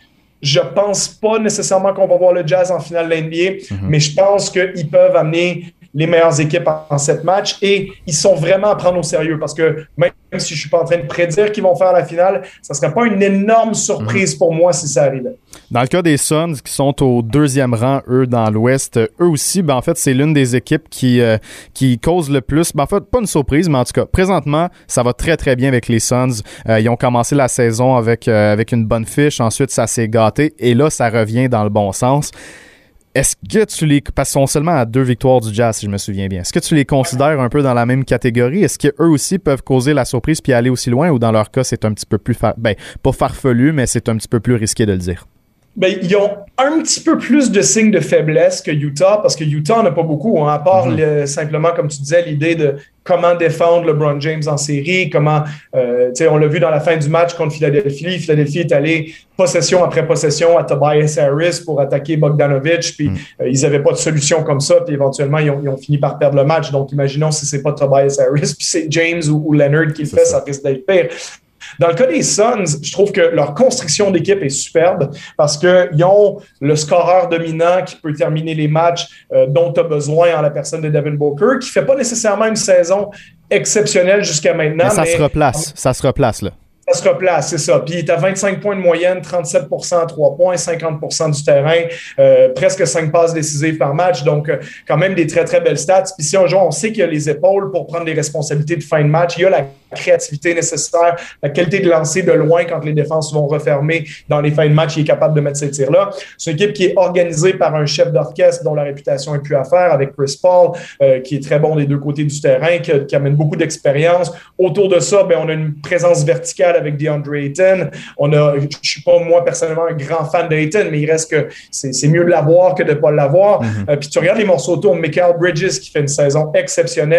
S6: je pense pas nécessairement qu'on va voir le Jazz en finale de la N B A, mm-hmm. mais je pense qu'ils peuvent amener les meilleures équipes en sept matchs et ils sont vraiment à prendre au sérieux parce que même si je ne suis pas en train de prédire qu'ils vont faire la finale, ça ne serait pas une énorme surprise mmh. pour moi si ça arrivait.
S3: Dans le cas des Suns qui sont au deuxième rang, eux, dans l'Ouest, eux aussi, ben, en fait, c'est l'une des équipes qui, euh, qui cause le plus. Ben, en fait, pas une surprise, mais en tout cas, présentement, ça va très, très bien avec les Suns. Euh, ils ont commencé la saison avec, euh, avec une bonne fiche. Ensuite, ça s'est gâté et là, ça revient dans le bon sens. Est-ce que tu les... Parce qu'ils sont seulement à deux victoires du Jazz, si je me souviens bien. Est-ce que tu les considères un peu dans la même catégorie? Est-ce qu'eux aussi peuvent causer la surprise puis aller aussi loin ou dans leur cas, c'est un petit peu plus... Far... Ben, pas farfelu, mais c'est un petit peu plus risqué de le dire?
S6: Ben, ils ont un petit peu plus de signes de faiblesse que Utah, parce que Utah n'en a pas beaucoup, hein, à part mm-hmm. le, simplement, comme tu disais, l'idée de comment défendre LeBron James en série, comment, euh, tu sais, on l'a vu dans la fin du match contre Philadelphie. Philadelphie est allé possession après possession à Tobias Harris pour attaquer Bogdanovic, puis mm. euh, ils n'avaient pas de solution comme ça, puis éventuellement, ils ont, ils ont fini par perdre le match. Donc, imaginons si c'est pas Tobias Harris, puis c'est James ou, ou Leonard qui le fait, ça. ça risque d'être pire. Dans le cas des Suns, je trouve que leur construction d'équipe est superbe parce qu'ils ont le scoreur dominant qui peut terminer les matchs euh, dont tu as besoin en la personne de Devin Booker, qui ne fait pas nécessairement une saison exceptionnelle jusqu'à maintenant.
S3: Mais ça
S6: mais,
S3: se replace, ça se replace là.
S6: Ça se replace, c'est ça. Puis il est à vingt-cinq points de moyenne, trente-sept pour cent à trois points, cinquante pour cent du terrain, euh, presque cinq passes décisives par match. Donc, euh, quand même des très, très belles stats. Puis si un joueur, on sait qu'il y a les épaules pour prendre les responsabilités de fin de match. Il y a la créativité nécessaire, la qualité de lancer de loin quand les défenses vont refermer dans les fins de match. Il est capable de mettre ces tirs-là. C'est une équipe qui est organisée par un chef d'orchestre dont la réputation est plus à faire, avec Chris Paul, euh, qui est très bon des deux côtés du terrain, qui, qui amène beaucoup d'expérience. Autour de ça, ben, on a une présence verticale avec DeAndre Ayton. On a, je suis pas, moi, personnellement, un grand fan d'Ayton, mais il reste que c'est, c'est mieux de l'avoir que de ne pas l'avoir. Mm-hmm. Euh, puis tu regardes les morceaux autour, Mikal Bridges qui fait une saison exceptionnelle.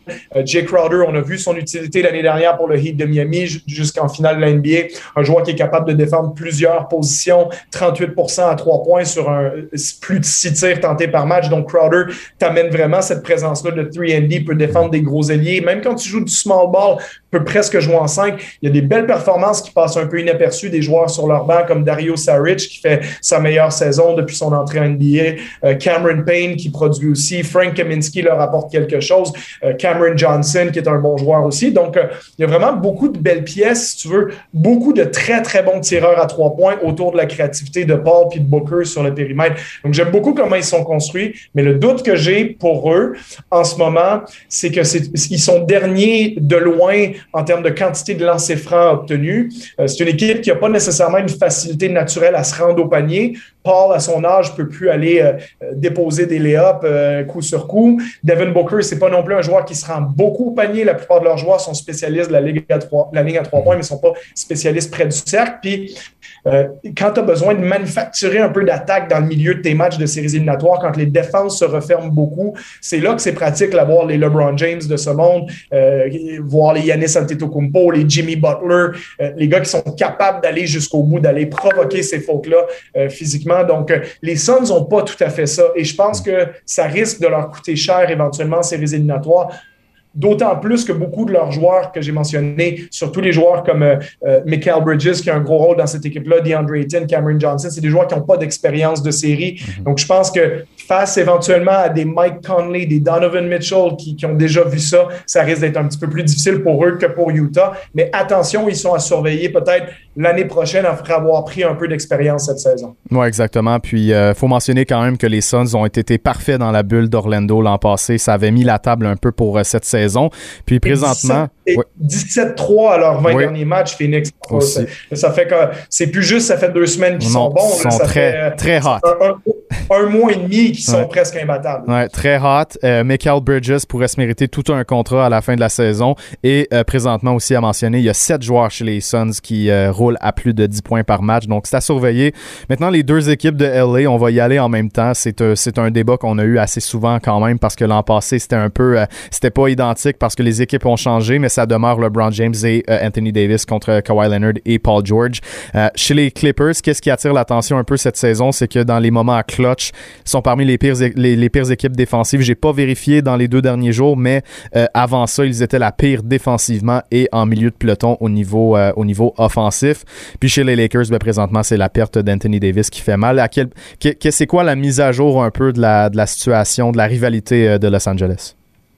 S6: Euh, Jay Crowder, on a vu son utilité l'année dernière pour le Heat de Miami jusqu'en finale de la N B A. Un joueur qui est capable de défendre plusieurs positions, trente-huit pour cent à trois points sur un, plus de six tirs tentés par match. Donc, Crowder t'amène vraiment cette présence-là de trois and D, peut défendre des gros ailiers. Même quand tu joues du small ball, peut presque jouer en cinq. Il y a des belles performances qui passent un peu inaperçues des joueurs sur leur banc, comme Dario Saric, qui fait sa meilleure saison depuis son entrée en N B A. Euh, Cameron Payne, qui produit aussi. Frank Kaminsky leur apporte quelque chose. Euh, Cameron Johnson, qui est un bon joueur aussi. Donc, euh, il y a vraiment beaucoup de belles pièces, si tu veux. Beaucoup de très, très bons tireurs à trois points autour de la créativité de Paul puis de Booker sur le périmètre. Donc, j'aime beaucoup comment ils sont construits. Mais le doute que j'ai pour eux, en ce moment, c'est que c'est, ils sont derniers de loin en termes de quantité de lancers francs obtenus. Euh, c'est une équipe qui n'a pas nécessairement une facilité naturelle à se rendre au panier. Paul, à son âge, ne peut plus aller euh, déposer des lay-ups euh, coup sur coup. Devin Booker, c'est pas non plus un joueur qui se rend beaucoup au panier. La plupart de leurs joueurs sont spécialistes de la ligue à trois, la ligne à trois points, mais ne sont pas spécialistes près du cercle. Puis, euh, quand tu as besoin de manufacturer un peu d'attaque dans le milieu de tes matchs de séries éliminatoires, quand les défenses se referment beaucoup, c'est là que c'est pratique d'avoir les LeBron James de ce monde, euh, voir les Giannis Antetokounmpo, les Jimmy Butler, euh, les gars qui sont capables d'aller jusqu'au bout, d'aller provoquer ces fautes-là euh, physiquement. Donc, euh, les Suns n'ont pas tout à fait ça. Et je pense que ça risque de leur coûter cher éventuellement en séries éliminatoires. D'autant plus que beaucoup de leurs joueurs que j'ai mentionnés, surtout les joueurs comme euh, euh, Mikal Bridges, qui a un gros rôle dans cette équipe-là, DeAndre Ayton, Cameron Johnson, c'est des joueurs qui n'ont pas d'expérience de série. Mm-hmm. Donc, je pense que face éventuellement à des Mike Conley, des Donovan Mitchell qui, qui ont déjà vu ça, ça risque d'être un petit peu plus difficile pour eux que pour Utah. Mais attention, ils sont à surveiller peut-être l'année prochaine après avoir pris un peu d'expérience cette saison.
S3: Oui, exactement. Puis, il euh, faut mentionner quand même que les Suns ont été parfaits dans la bulle d'Orlando l'an passé. Ça avait mis la table un peu pour euh, cette saison. Puis présentement,
S6: dix-sept trois à leurs vingt oui. derniers matchs, Phoenix. Ça, ça fait que c'est plus juste, ça fait deux semaines qu'ils non, sont bons.
S3: Ils sont
S6: ça
S3: très,
S6: fait,
S3: très hot.
S6: Un, un, un mois et demi qui sont ouais. presque imbattables.
S3: Ouais, très hot. Euh, Mikal Bridges pourrait se mériter tout un contrat à la fin de la saison. Et euh, présentement aussi à mentionner, il y a sept joueurs chez les Suns qui euh, roulent à plus de dix points par match. Donc c'est à surveiller. Maintenant, les deux équipes de L A, on va y aller en même temps. C'est, euh, c'est un débat qu'on a eu assez souvent quand même parce que l'an passé, c'était un peu, euh, c'était pas identique parce que les équipes ont changé, mais ça demeure LeBron James et euh, Anthony Davis contre Kawhi Leonard et Paul George. Euh, chez les Clippers, qu'est-ce qui attire l'attention un peu cette saison, c'est que dans les moments à clutch, ils sont parmi les pires, les, les pires équipes défensives. J'ai pas vérifié dans les deux derniers jours, mais euh, avant ça, ils étaient la pire défensivement et en milieu de peloton au niveau, euh, au niveau offensif. Puis chez les Lakers, ben, présentement, c'est la perte d'Anthony Davis qui fait mal. À quel, que, que, c'est quoi la mise à jour un peu de la, de la situation, de la rivalité euh, de Los Angeles?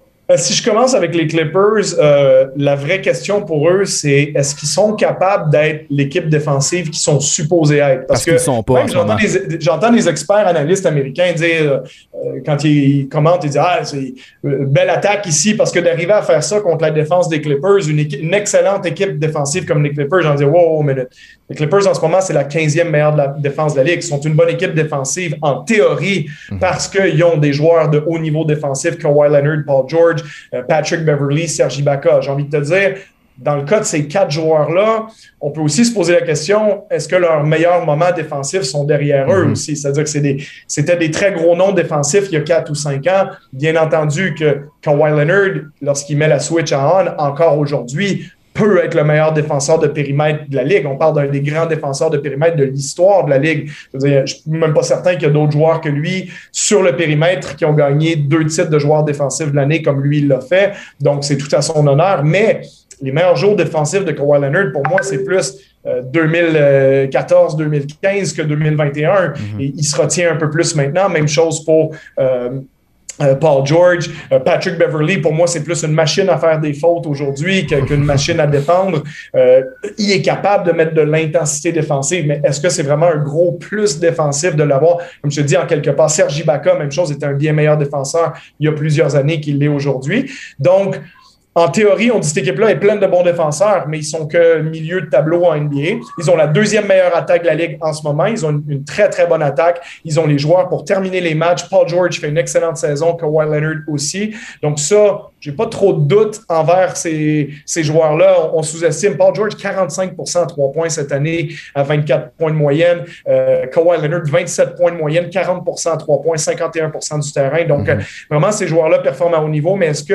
S6: Si je commence avec les Clippers, euh, la vraie question pour eux, c'est est-ce qu'ils sont capables d'être l'équipe défensive qu'ils sont supposés être?
S3: Parce, Parce que qu'ils sont pas.
S6: J'entends des, j'entends des experts analystes américains dire, euh, quand ils commentent, ils disent « Ah, c'est une belle attaque ici », parce que d'arriver à faire ça contre la défense des Clippers, une, équipe, une excellente équipe défensive comme les Clippers, j'en dis « Wow, wow, minute ». Les Clippers, en ce moment, c'est la quinzième meilleure de la défense de la Ligue. Ils sont une bonne équipe défensive en théorie mm-hmm. parce qu'ils ont des joueurs de haut niveau défensif, Kawhi Leonard, Paul George, euh, Patrick Beverley, Serge Ibaka. J'ai envie de te dire, dans le cas de ces quatre joueurs-là, on peut aussi se poser la question, est-ce que leurs meilleurs moments défensifs sont derrière mm-hmm. eux aussi? C'est-à-dire que c'est des, c'était des très gros noms défensifs il y a quatre ou cinq ans. Bien entendu que Kawhi Leonard, lorsqu'il met la switch à on, encore aujourd'hui, peut être le meilleur défenseur de périmètre de la Ligue. On parle d'un des grands défenseurs de périmètre de l'histoire de la Ligue. Je veux dire, je ne suis même pas certain qu'il y a d'autres joueurs que lui sur le périmètre qui ont gagné deux titres de joueurs défensifs de l'année comme lui il l'a fait. Donc, c'est tout à son honneur. Mais les meilleurs jours défensifs de Kawhi Leonard, pour moi, c'est plus euh, deux mille quatorze deux mille quinze que deux mille vingt et un. Mm-hmm. Et il se retient un peu plus maintenant. Même chose pour... Euh, Euh, Paul George, euh, Patrick Beverley, pour moi, c'est plus une machine à faire des fautes aujourd'hui qu'une machine à défendre. Euh, il est capable de mettre de l'intensité défensive, mais est-ce que c'est vraiment un gros plus défensif de l'avoir? Comme je te dis, en quelque part, Serge Ibaka, même chose, était un bien meilleur défenseur il y a plusieurs années qu'il l'est aujourd'hui. Donc, en théorie, on dit que cette équipe-là est pleine de bons défenseurs, mais ils sont que milieu de tableau en N B A. Ils ont la deuxième meilleure attaque de la Ligue en ce moment. Ils ont une, une très, très bonne attaque. Ils ont les joueurs pour terminer les matchs. Paul George fait une excellente saison, Kawhi Leonard aussi. Donc ça, j'ai pas trop de doutes envers ces, ces joueurs-là. On, on sous-estime Paul George, quarante-cinq pour cent à trois points cette année à vingt-quatre points de moyenne. Euh, Kawhi Leonard, vingt-sept points de moyenne, quarante pour cent à trois points, cinquante et un pour cent du terrain. Donc, mm-hmm. euh, vraiment, ces joueurs-là performent à haut niveau. Mais est-ce que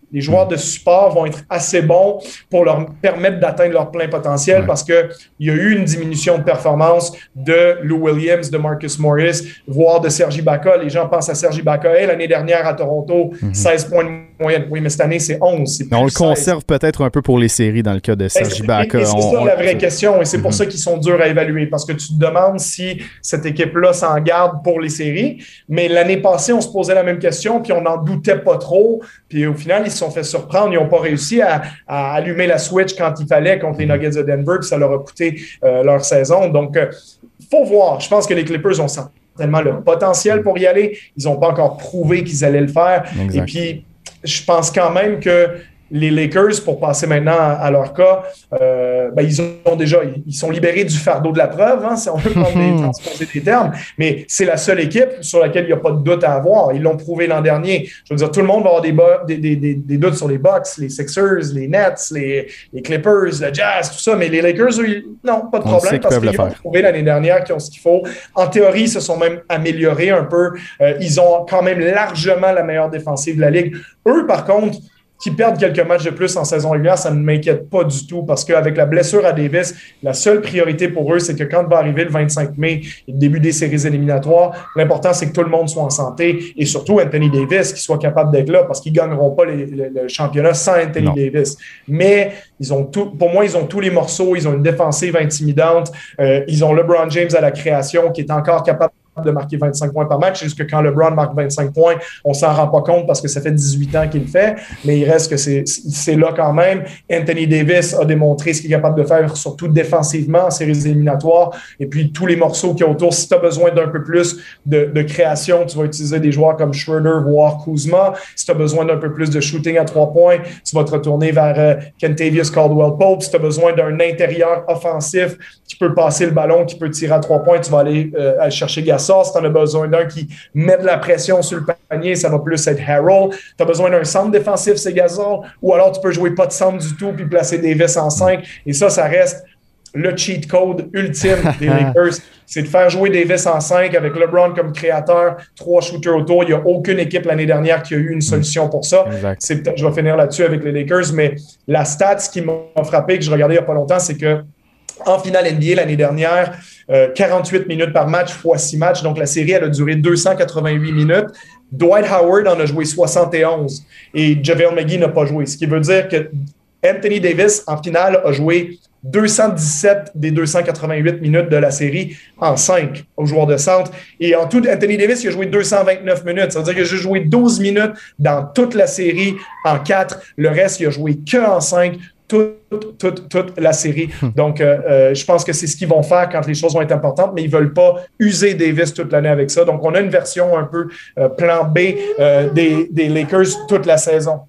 S6: les joueurs de support vont être assez bons pour leur permettre d'atteindre leur plein potentiel, ouais. parce qu'il y a eu une diminution de performance de Lou Williams, de Marcus Morris, voire de Serge Ibaka. Les gens pensent à Serge Ibaka. Hey, l'année dernière à Toronto, mm-hmm. seize points de moyenne. Oui, mais cette année, c'est onze. C'est
S3: on le
S6: seize.
S3: Conserve peut-être un peu pour les séries dans le cas de Serge Ibaka.
S6: Et, et c'est
S3: on,
S6: ça
S3: on,
S6: la vraie on... question, et c'est mm-hmm. pour ça qu'ils sont durs à évaluer, parce que tu te demandes si cette équipe-là s'en garde pour les séries. Mais l'année passée, on se posait la même question, puis on n'en doutait pas trop. Puis au final, ils se sont fait surprendre. Ils n'ont pas réussi à, à allumer la switch quand il fallait contre les Nuggets de Denver, puis ça leur a coûté euh, leur saison. Donc, il euh, faut voir. Je pense que les Clippers ont certainement le potentiel pour y aller. Ils n'ont pas encore prouvé qu'ils allaient le faire. Exact. Et puis, je pense quand même que les Lakers, pour passer maintenant à leur cas, euh, ben ils ont déjà, ils sont libérés du fardeau de la preuve, hein, si on veut prendre des, transposer des termes, mais c'est la seule équipe sur laquelle il n'y a pas de doute à avoir. Ils l'ont prouvé l'an dernier. Je veux dire, tout le monde va avoir des, bo- des, des, des, des doutes sur les Bucks, les Sixers, les Nets, les, les Clippers, le Jazz, tout ça, mais les Lakers, eux, non, pas de on problème, parce qu'ils ont prouvé l'année dernière qu'ils ont ce qu'il faut. En théorie, ils se sont même améliorés un peu. Euh, ils ont quand même largement la meilleure défensive de la Ligue. Eux, par contre, qui perdent quelques matchs de plus en saison régulière, ça ne m'inquiète pas du tout, parce qu'avec la blessure à Davis, la seule priorité pour eux, c'est que quand va arriver le vingt-cinq mai, le début des séries éliminatoires, l'important, c'est que tout le monde soit en santé, et surtout Anthony Davis, qui soit capable d'être là, parce qu'ils ne gagneront pas les, le, le championnat sans Anthony non. Davis. Mais ils ont tout, pour moi, ils ont tous les morceaux, ils ont une défensive intimidante, euh, ils ont LeBron James à la création, qui est encore capable de marquer vingt-cinq points par match. C'est juste que quand LeBron marque vingt-cinq points, on s'en rend pas compte parce que ça fait dix-huit ans qu'il le fait, mais il reste que c'est, c'est là quand même. Anthony Davis a démontré ce qu'il est capable de faire, surtout défensivement en séries éliminatoires, et puis tous les morceaux qu'il y a autour. Si tu as besoin d'un peu plus de, de création, tu vas utiliser des joueurs comme Schroeder, voire Kuzma. Si tu as besoin d'un peu plus de shooting à trois points, tu vas te retourner vers euh, Kentavious Caldwell-Pope. Si tu as besoin d'un intérieur offensif qui peut passer le ballon, qui peut tirer à trois points, tu vas aller, euh, aller chercher Gasol. Si tu en as besoin d'un qui met de la pression sur le panier, ça va plus être Harrell. Tu as besoin d'un centre défensif, c'est Gasol. Ou alors tu peux jouer pas de centre du tout puis placer Davis en cinq. Et ça, ça reste le cheat code ultime des Lakers. C'est de faire jouer Davis en cinq avec LeBron comme créateur, trois shooters autour. Il n'y a aucune équipe l'année dernière qui a eu une solution pour ça. C'est, je vais finir là-dessus avec les Lakers, mais la stat qui m'a frappé, que je regardais il n'y a pas longtemps, c'est que en finale N B A l'année dernière, euh, quarante-huit minutes par match fois six matchs. Donc, la série, elle a duré deux cent quatre-vingt-huit minutes. Dwight Howard en a joué soixante et onze et JaVale McGee n'a pas joué. Ce qui veut dire que Anthony Davis, en finale, a joué deux cent dix-sept des deux cent quatre-vingt-huit minutes de la série en cinq aux joueurs de centre. Et en tout, Anthony Davis, il a joué deux cent vingt-neuf minutes. Ça veut dire que j'ai joué douze minutes dans toute la série en quatre. Le reste, il a joué que en cinq. Toute, toute, toute la série. Donc, euh, euh, je pense que c'est ce qu'ils vont faire quand les choses vont être importantes, mais ils ne veulent pas user Davis toute l'année avec ça. Donc, on a une version un peu euh, plan B euh, des, des Lakers toute la saison.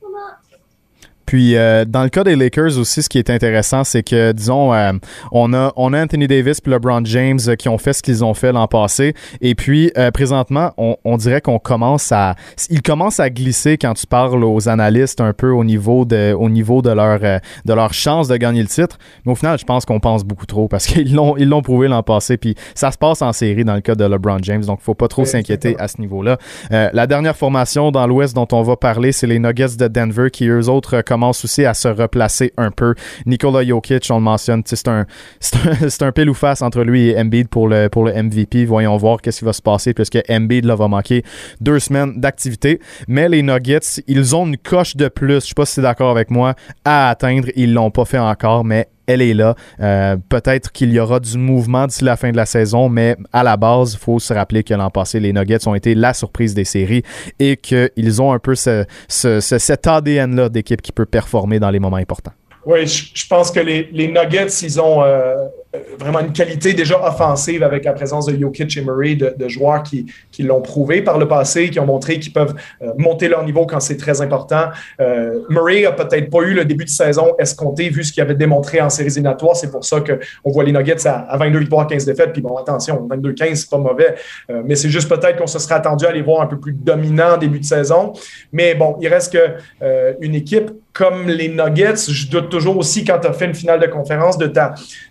S3: Puis, euh, dans le cas des Lakers aussi, ce qui est intéressant, c'est que, disons, euh, on a on a Anthony Davis puis LeBron James euh, qui ont fait ce qu'ils ont fait l'an passé. Et puis, euh, présentement, on, on dirait qu'on commence à... Ils commencent à glisser quand tu parles aux analystes un peu au niveau de au niveau de leur euh, de leur chance de gagner le titre. Mais au final, je pense qu'on pense beaucoup trop parce qu'ils l'ont ils l'ont prouvé l'an passé. Puis, ça se passe en série dans le cas de LeBron James. Donc, il faut pas trop oui, s'inquiéter à ce niveau-là. Euh, la dernière formation dans l'Ouest dont on va parler, c'est les Nuggets de Denver qui, eux autres, commencent aussi à se replacer un peu. Nikola Jokic, on le mentionne, c'est un, c'est un, c'est un pile ou face entre lui et Embiid pour le, pour le M V P. Voyons voir qu'est-ce qui va se passer puisque Embiid là, va manquer deux semaines d'activité. Mais les Nuggets, ils ont une coche de plus, je sais pas si c'est d'accord avec moi, à atteindre. Ils l'ont pas fait encore, mais elle est là. Euh, peut-être qu'il y aura du mouvement d'ici la fin de la saison, mais à la base, il faut se rappeler que l'an passé, les Nuggets ont été la surprise des séries et qu'ils ont un peu ce, ce, ce, cet A D N-là d'équipe qui peut performer dans les moments importants.
S6: Oui, je, je pense que les, les Nuggets, ils ont euh, vraiment une qualité déjà offensive avec la présence de Jokic et Murray, de, de joueurs qui, qui l'ont prouvé par le passé, qui ont montré qu'ils peuvent euh, monter leur niveau quand c'est très important. Euh, Murray a peut-être pas eu le début de saison escompté vu ce qu'il avait démontré en séries éliminatoires. C'est pour ça qu'on voit les Nuggets à, à vingt-deux victoires, quinze défaites. Puis bon, attention, vingt-deux quinze, c'est pas mauvais. Euh, mais c'est juste peut-être qu'on se serait attendu à les voir un peu plus dominants en début de saison. Mais bon, il reste que euh, une équipe comme les Nuggets, je doute toujours aussi quand tu as fait une finale de conférence de ta, euh,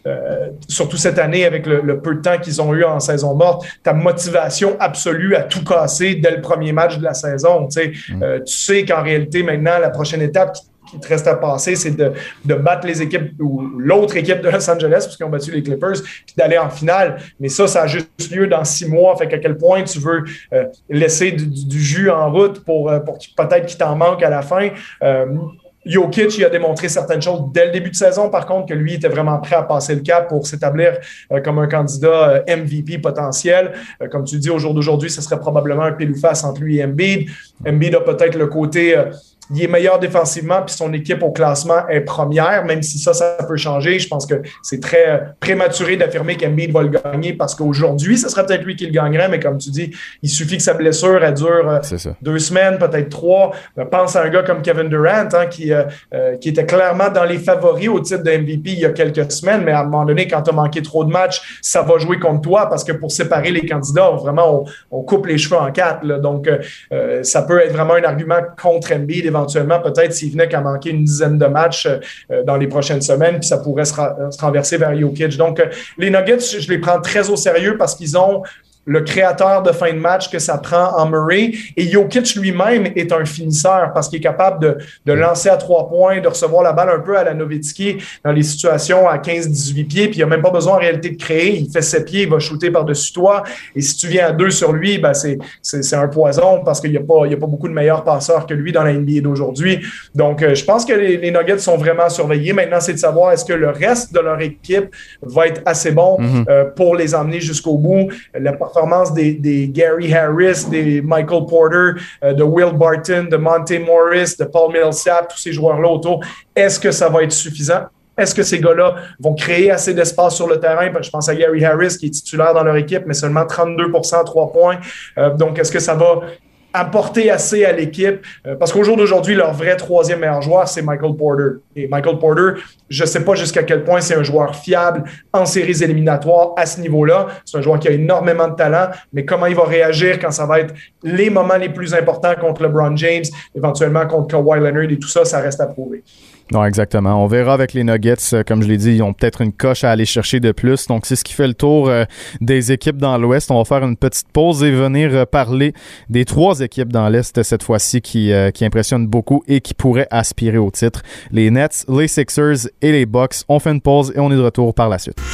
S6: euh, surtout cette année avec le, le peu de temps qu'ils ont eu en saison morte, ta motivation absolue à tout casser dès le premier match de la saison. Tu sais, mm. euh, tu sais qu'en réalité, maintenant, la prochaine étape qui qui te reste à passer, c'est de, de battre les équipes ou l'autre équipe de Los Angeles, parce qu'ils ont battu les Clippers, puis d'aller en finale. Mais ça, ça a juste lieu dans six mois. Fait qu'à quel point tu veux euh, laisser du, du jus en route pour, pour peut-être qu'il t'en manque à la fin. Euh, Jokic, il a démontré certaines choses dès le début de saison, par contre, que lui était vraiment prêt à passer le cap pour s'établir euh, comme un candidat euh, M V P potentiel. Euh, comme tu dis, au jour d'aujourd'hui, ce serait probablement un pile ou face entre lui et Embiid. Embiid a peut-être le côté... Euh, il est meilleur défensivement, puis son équipe au classement est première, même si ça, ça peut changer. Je pense que c'est très prématuré d'affirmer qu'Embiid va le gagner parce qu'aujourd'hui, ce serait peut-être lui qui le gagnerait, mais comme tu dis, il suffit que sa blessure, elle dure deux semaines, peut-être trois. Pense à un gars comme Kevin Durant, hein, qui, euh, qui était clairement dans les favoris au titre de M V P il y a quelques semaines, mais à un moment donné, quand tu as manqué trop de matchs, ça va jouer contre toi parce que pour séparer les candidats, vraiment, on, on coupe les cheveux en quatre. Là. Donc, euh, ça peut être vraiment un argument contre Embiid éventuellement, peut-être s'il venait qu'à manquer une dizaine de matchs euh, dans les prochaines semaines, puis ça pourrait se, ra- se renverser vers Jokic. Donc, euh, les Nuggets, je, je les prends très au sérieux parce qu'ils ont le créateur de fin de match que ça prend en Murray. Et Jokic lui-même est un finisseur parce qu'il est capable de, de lancer à trois points, de recevoir la balle un peu à la Nowitzki dans les situations à quinze dix-huit pieds, puis il n'a même pas besoin en réalité de créer. Il fait ses pieds, il va shooter par-dessus toi. Et si tu viens à deux sur lui, ben c'est, c'est, c'est un poison parce qu'il n'y a pas, il y a pas beaucoup de meilleurs passeurs que lui dans la N B A d'aujourd'hui. Donc, euh, je pense que les, les Nuggets sont vraiment surveillés. Maintenant, c'est de savoir est-ce que le reste de leur équipe va être assez bon mm-hmm. euh, pour les emmener jusqu'au bout. La performance des, des Gary Harris, des Michael Porter, euh, de Will Barton, de Monte Morris, de Paul Millsap, tous ces joueurs-là autour, est-ce que ça va être suffisant? Est-ce que ces gars-là vont créer assez d'espace sur le terrain? Je pense à Gary Harris qui est titulaire dans leur équipe, mais seulement trente-deux pour cent à trois points. Euh, donc, est-ce que ça va apporter assez à l'équipe? Euh, parce qu'au jour d'aujourd'hui, leur vrai troisième meilleur joueur, c'est Michael Porter. Et Michael Porter, je ne sais pas jusqu'à quel point c'est un joueur fiable en séries éliminatoires à ce niveau-là. C'est un joueur qui a énormément de talent, mais comment il va réagir quand ça va être les moments les plus importants contre LeBron James, éventuellement contre Kawhi Leonard et tout ça, ça reste à prouver.
S3: Non, exactement. On verra avec les Nuggets. Comme je l'ai dit, ils ont peut-être une coche à aller chercher de plus. Donc, c'est ce qui fait le tour euh, des équipes dans l'Ouest. On va faire une petite pause et venir euh, parler des trois équipes dans l'Est cette fois-ci qui, euh, qui impressionnent beaucoup et qui pourraient aspirer au titre. Les Nets, les Sixers et les Bucks. On fait une pause et on est de retour par la suite.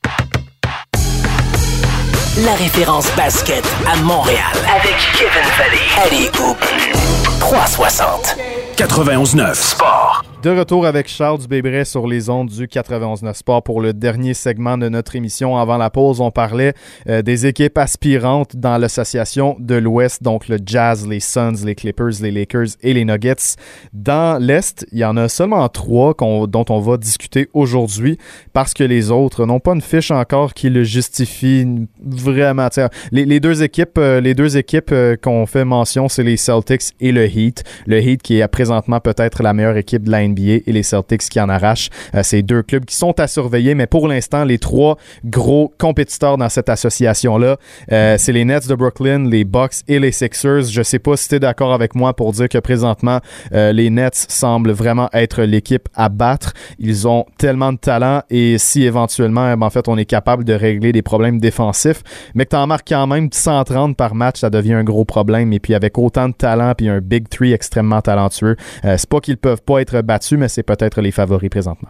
S1: La référence basket à Montréal avec Kevin Valley. Alley-oop trois cent soixante.
S2: quatre-vingt-onze neuf Sport.
S3: De retour avec Charles Dubébret sur les ondes du quatre-vingt-onze neuf Sport pour le dernier segment de notre émission. Avant la pause, on parlait euh, des équipes aspirantes dans l'association de l'Ouest, donc le Jazz, les Suns, les Clippers, les Lakers et les Nuggets. Dans l'Est, il y en a seulement trois qu'on, dont on va discuter aujourd'hui parce que les autres n'ont pas une fiche encore qui le justifie vraiment. Les, les deux équipes, euh, les deux équipes euh, qu'on fait mention, c'est les Celtics et le Heat. Le Heat qui est présentement peut-être la meilleure équipe de la N B A et les Celtics qui en arrachent. Euh, ces deux clubs qui sont à surveiller, mais pour l'instant, les trois gros compétiteurs dans cette association-là, euh, c'est les Nets de Brooklyn, les Bucks et les Sixers. Je sais pas si tu es d'accord avec moi pour dire que présentement, euh, les Nets semblent vraiment être l'équipe à battre. Ils ont tellement de talent et si éventuellement, en fait, on est capable de régler des problèmes défensifs, mais que tu en marques quand même cent trente par match, ça devient un gros problème. Et puis avec autant de talent puis un Big Three extrêmement talentueux, euh, c'est pas qu'ils peuvent pas être battus, mais c'est peut-être les favoris présentement.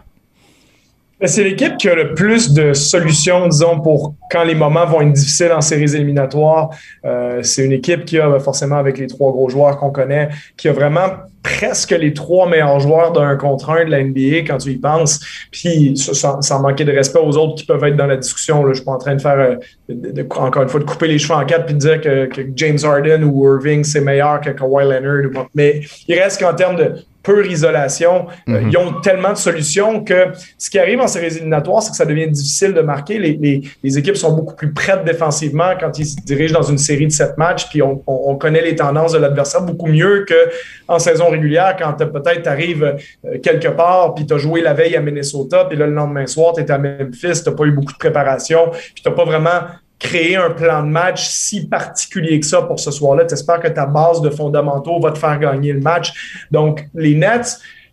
S6: C'est l'équipe qui a le plus de solutions, disons, pour quand les moments vont être difficiles en séries éliminatoires. Euh, c'est une équipe qui a, forcément, avec les trois gros joueurs qu'on connaît, qui a vraiment presque les trois meilleurs joueurs d'un contre un de la N B A quand tu y penses. Puis, sans, sans manquer de respect aux autres qui peuvent être dans la discussion, là, je suis pas en train de faire, euh, de, de, encore une fois, de couper les cheveux en quatre puis de dire que, que James Harden ou Irving, c'est meilleur que Kawhi Leonard. Mais il reste qu'en termes de pure isolation, mm-hmm. euh, ils ont tellement de solutions que ce qui arrive en séries éliminatoires, c'est que ça devient difficile de marquer. Les, les, les équipes sont beaucoup plus prêtes défensivement quand ils se dirigent dans une série de sept matchs, puis on, on, on connaît les tendances de l'adversaire beaucoup mieux qu'en saison régulière, quand peut-être tu arrives euh, quelque part, puis tu as joué la veille à Minnesota, puis là, le lendemain soir, tu es à Memphis, tu n'as pas eu beaucoup de préparation, puis tu n'as pas vraiment créer un plan de match si particulier que ça pour ce soir-là. Tu espères que ta base de fondamentaux va te faire gagner le match. Donc, les Nets,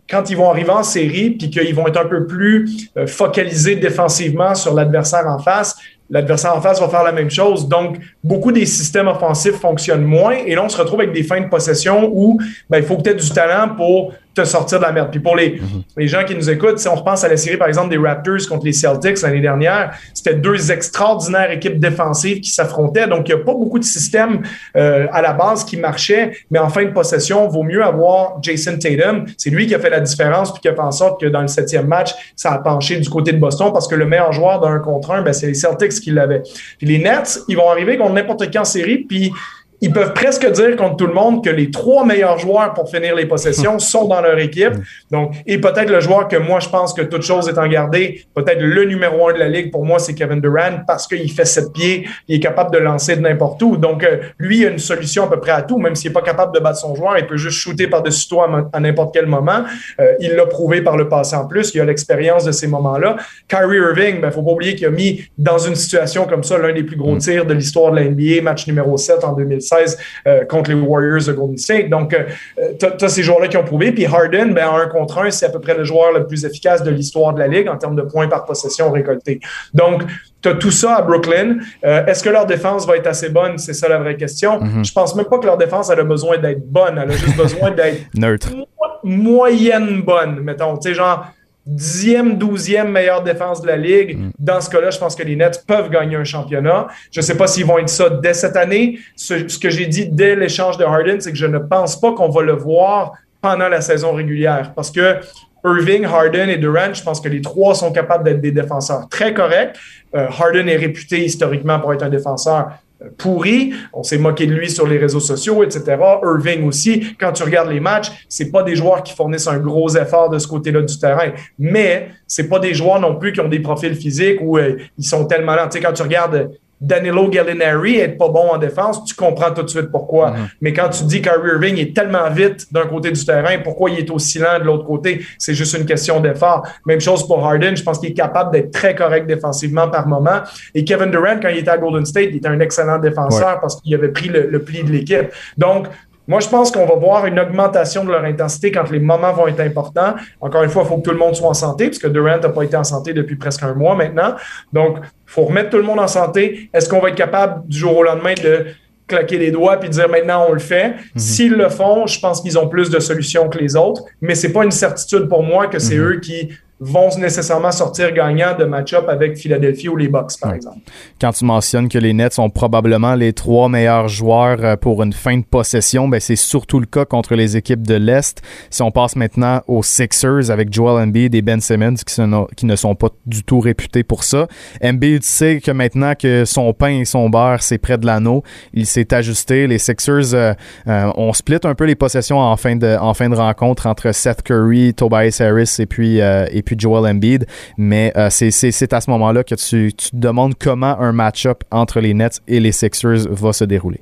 S6: quand ils vont arriver en série puis qu'ils vont être un peu plus euh, focalisés défensivement sur l'adversaire en face, l'adversaire en face va faire la même chose. Donc, beaucoup des systèmes offensifs fonctionnent moins. Et là, on se retrouve avec des fins de possession où ben, il faut que tu aies du talent pour te sortir de la merde. Puis pour les, mm-hmm. les gens qui nous écoutent, si on repense à la série, par exemple, des Raptors contre les Celtics l'année dernière, c'était deux extraordinaires équipes défensives qui s'affrontaient. Donc, il n'y a pas beaucoup de systèmes euh, à la base qui marchaient. Mais en fin de possession, il vaut mieux avoir Jason Tatum. C'est lui qui a fait la différence puis qui a fait en sorte que dans le septième match, ça a penché du côté de Boston parce que le meilleur joueur d'un contre un, ben, c'est les Celtics qui l'avaient. Puis les Nets, ils vont arriver contre n'importe qui en série, puis ils peuvent presque dire contre tout le monde que les trois meilleurs joueurs pour finir les possessions sont dans leur équipe. Donc, et peut-être le joueur que moi, je pense que toute chose étant gardée, peut-être le numéro un de la Ligue, pour moi, c'est Kevin Durant parce qu'il fait sept pieds, il est capable de lancer de n'importe où. Donc, euh, lui, il a une solution à peu près à tout. Même s'il n'est pas capable de battre son joueur, il peut juste shooter par-dessus toi à, à n'importe quel moment. Euh, il l'a prouvé par le passé en plus. Il a l'expérience de ces moments-là. Kyrie Irving, il ben, ne faut pas oublier qu'il a mis dans une situation comme ça l'un des plus gros tirs de l'histoire de la N B A, match numéro sept en deux mille seize euh, contre les Warriors de Golden State. Donc, euh, tu as ces joueurs-là qui ont prouvé. Puis Harden, ben, en un contre un, c'est à peu près le joueur le plus efficace de l'histoire de la Ligue en termes de points par possession récoltés. Donc, tu as tout ça à Brooklyn. Euh, est-ce que leur défense va être assez bonne? C'est ça la vraie question. Mm-hmm. Je pense même pas que leur défense elle a besoin d'être bonne. Elle a juste besoin d'être
S3: neutre,
S6: mo- moyenne bonne, mettons. Tu sais, genre dixième, douzième meilleure défense de la Ligue. Mm. Dans ce cas-là, je pense que les Nets peuvent gagner un championnat. Je ne sais pas s'ils vont être ça dès cette année. Ce, ce que j'ai dit dès l'échange de Harden, c'est que je ne pense pas qu'on va le voir pendant la saison régulière. Parce que Irving, Harden et Durant, je pense que les trois sont capables d'être des défenseurs très corrects. Euh, Harden est réputé historiquement pour être un défenseur pourri. On s'est moqué de lui sur les réseaux sociaux, et cetera. Irving aussi. Quand tu regardes les matchs, c'est pas des joueurs qui fournissent un gros effort de ce côté-là du terrain. Mais c'est pas des joueurs non plus qui ont des profils physiques où euh, ils sont tellement lents. Tu sais, quand tu regardes Danilo Gallinari être pas bon en défense, tu comprends tout de suite pourquoi. Mm-hmm. Mais quand tu dis Kyrie Irving est tellement vite d'un côté du terrain, pourquoi il est aussi lent de l'autre côté? C'est juste une question d'effort. Même chose pour Harden, je pense qu'il est capable d'être très correct défensivement par moment. Et Kevin Durant, quand il était à Golden State, il était un excellent défenseur ouais. parce qu'il avait pris le, le pli de l'équipe. Donc, moi, je pense qu'on va voir une augmentation de leur intensité quand les moments vont être importants. Encore une fois, il faut que tout le monde soit en santé, puisque Durant n'a pas été en santé depuis presque un mois maintenant. Donc, il faut remettre tout le monde en santé. Est-ce qu'on va être capable du jour au lendemain de claquer les doigts puis dire maintenant on le fait? Mm-hmm. S'ils le font, je pense qu'ils ont plus de solutions que les autres, mais c'est pas une certitude pour moi que c'est mm-hmm. eux qui vont nécessairement sortir gagnants de match-up avec Philadelphie ou les Bucks, par ouais. exemple.
S3: Quand tu mentionnes que les Nets sont probablement les trois meilleurs joueurs pour une fin de possession, ben c'est surtout le cas contre les équipes de l'Est. Si on passe maintenant aux Sixers avec Joel Embiid et Ben Simmons qui, sont, qui ne sont pas du tout réputés pour ça. Embiid sait que maintenant que son pain et son beurre, c'est près de l'anneau, il s'est ajusté. Les Sixers euh, euh, ont split un peu les possessions en fin de, en fin de rencontre entre Seth Curry, Tobias Harris et puis, euh, et puis puis Joel Embiid, mais euh, c'est, c'est, c'est à ce moment-là que tu, tu te demandes comment un match-up entre les Nets et les Sixers va se dérouler.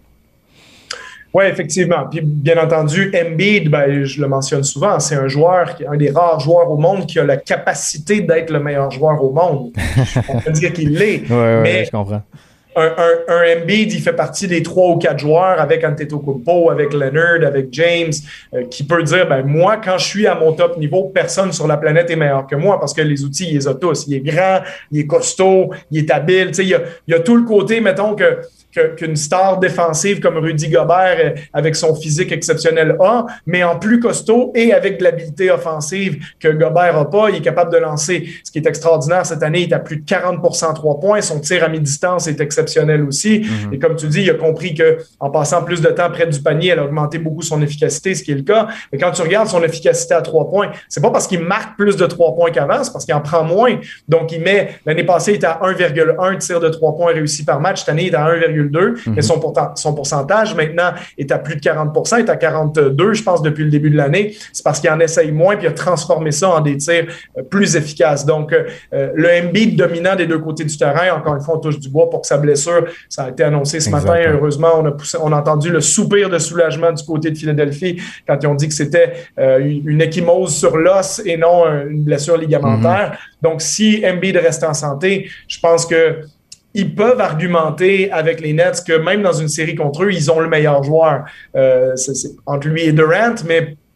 S6: Oui, effectivement. Puis, bien entendu, Embiid, ben, je le mentionne souvent, c'est un joueur, un des rares joueurs au monde qui a la capacité d'être le meilleur joueur au monde. On peut dire qu'il l'est.
S3: Oui, ouais,
S6: mais
S3: ouais, je comprends.
S6: Un, un, un Embiid, il fait partie des trois ou quatre joueurs avec Antetokounmpo, avec Leonard, avec James, euh, qui peut dire, ben moi, quand je suis à mon top niveau, personne sur la planète est meilleur que moi parce que les outils, il les a tous. Il est grand, il est costaud, il est habile. Tu sais, il y a, il y a tout le côté, mettons, que Que, qu'une star défensive comme Rudy Gobert avec son physique exceptionnel a, mais en plus costaud et avec de l'habileté offensive que Gobert n'a pas. Il est capable de lancer. Ce qui est extraordinaire cette année, il est à plus de quarante pour cent trois points. Son tir à mi-distance est exceptionnel aussi. Mm-hmm. Et comme tu dis, il a compris qu'en passant plus de temps près du panier, elle a augmenté beaucoup son efficacité, ce qui est le cas. Mais quand tu regardes son efficacité à trois points, c'est pas parce qu'il marque plus de trois points qu'avant, c'est parce qu'il en prend moins. Donc, il met, l'année passée, il était à un virgule un tirs de trois points réussis par match. Cette année, il est à un virgule deux. Mm-hmm. Mais son, pourtant, son pourcentage maintenant est à plus de quarante pour cent, est à quarante-deux, je pense, depuis le début de l'année. C'est parce qu'il en essaye moins puis il a transformé ça en des tirs euh, plus efficaces. Donc, euh, le Embiid dominant des deux côtés du terrain, encore une fois, on touche du bois pour que sa blessure, ça a été annoncé ce Exactement. matin. Heureusement, on a, poussé, on a entendu le soupir de soulagement du côté de Philadelphie quand ils ont dit que c'était euh, une ecchymose sur l'os et non une blessure ligamentaire. Mm-hmm. Donc, si Embiid reste en santé, je pense que ils peuvent argumenter avec les Nets que même dans une série contre eux, ils ont le meilleur joueur euh, c'est, c'est entre lui et Durant, mais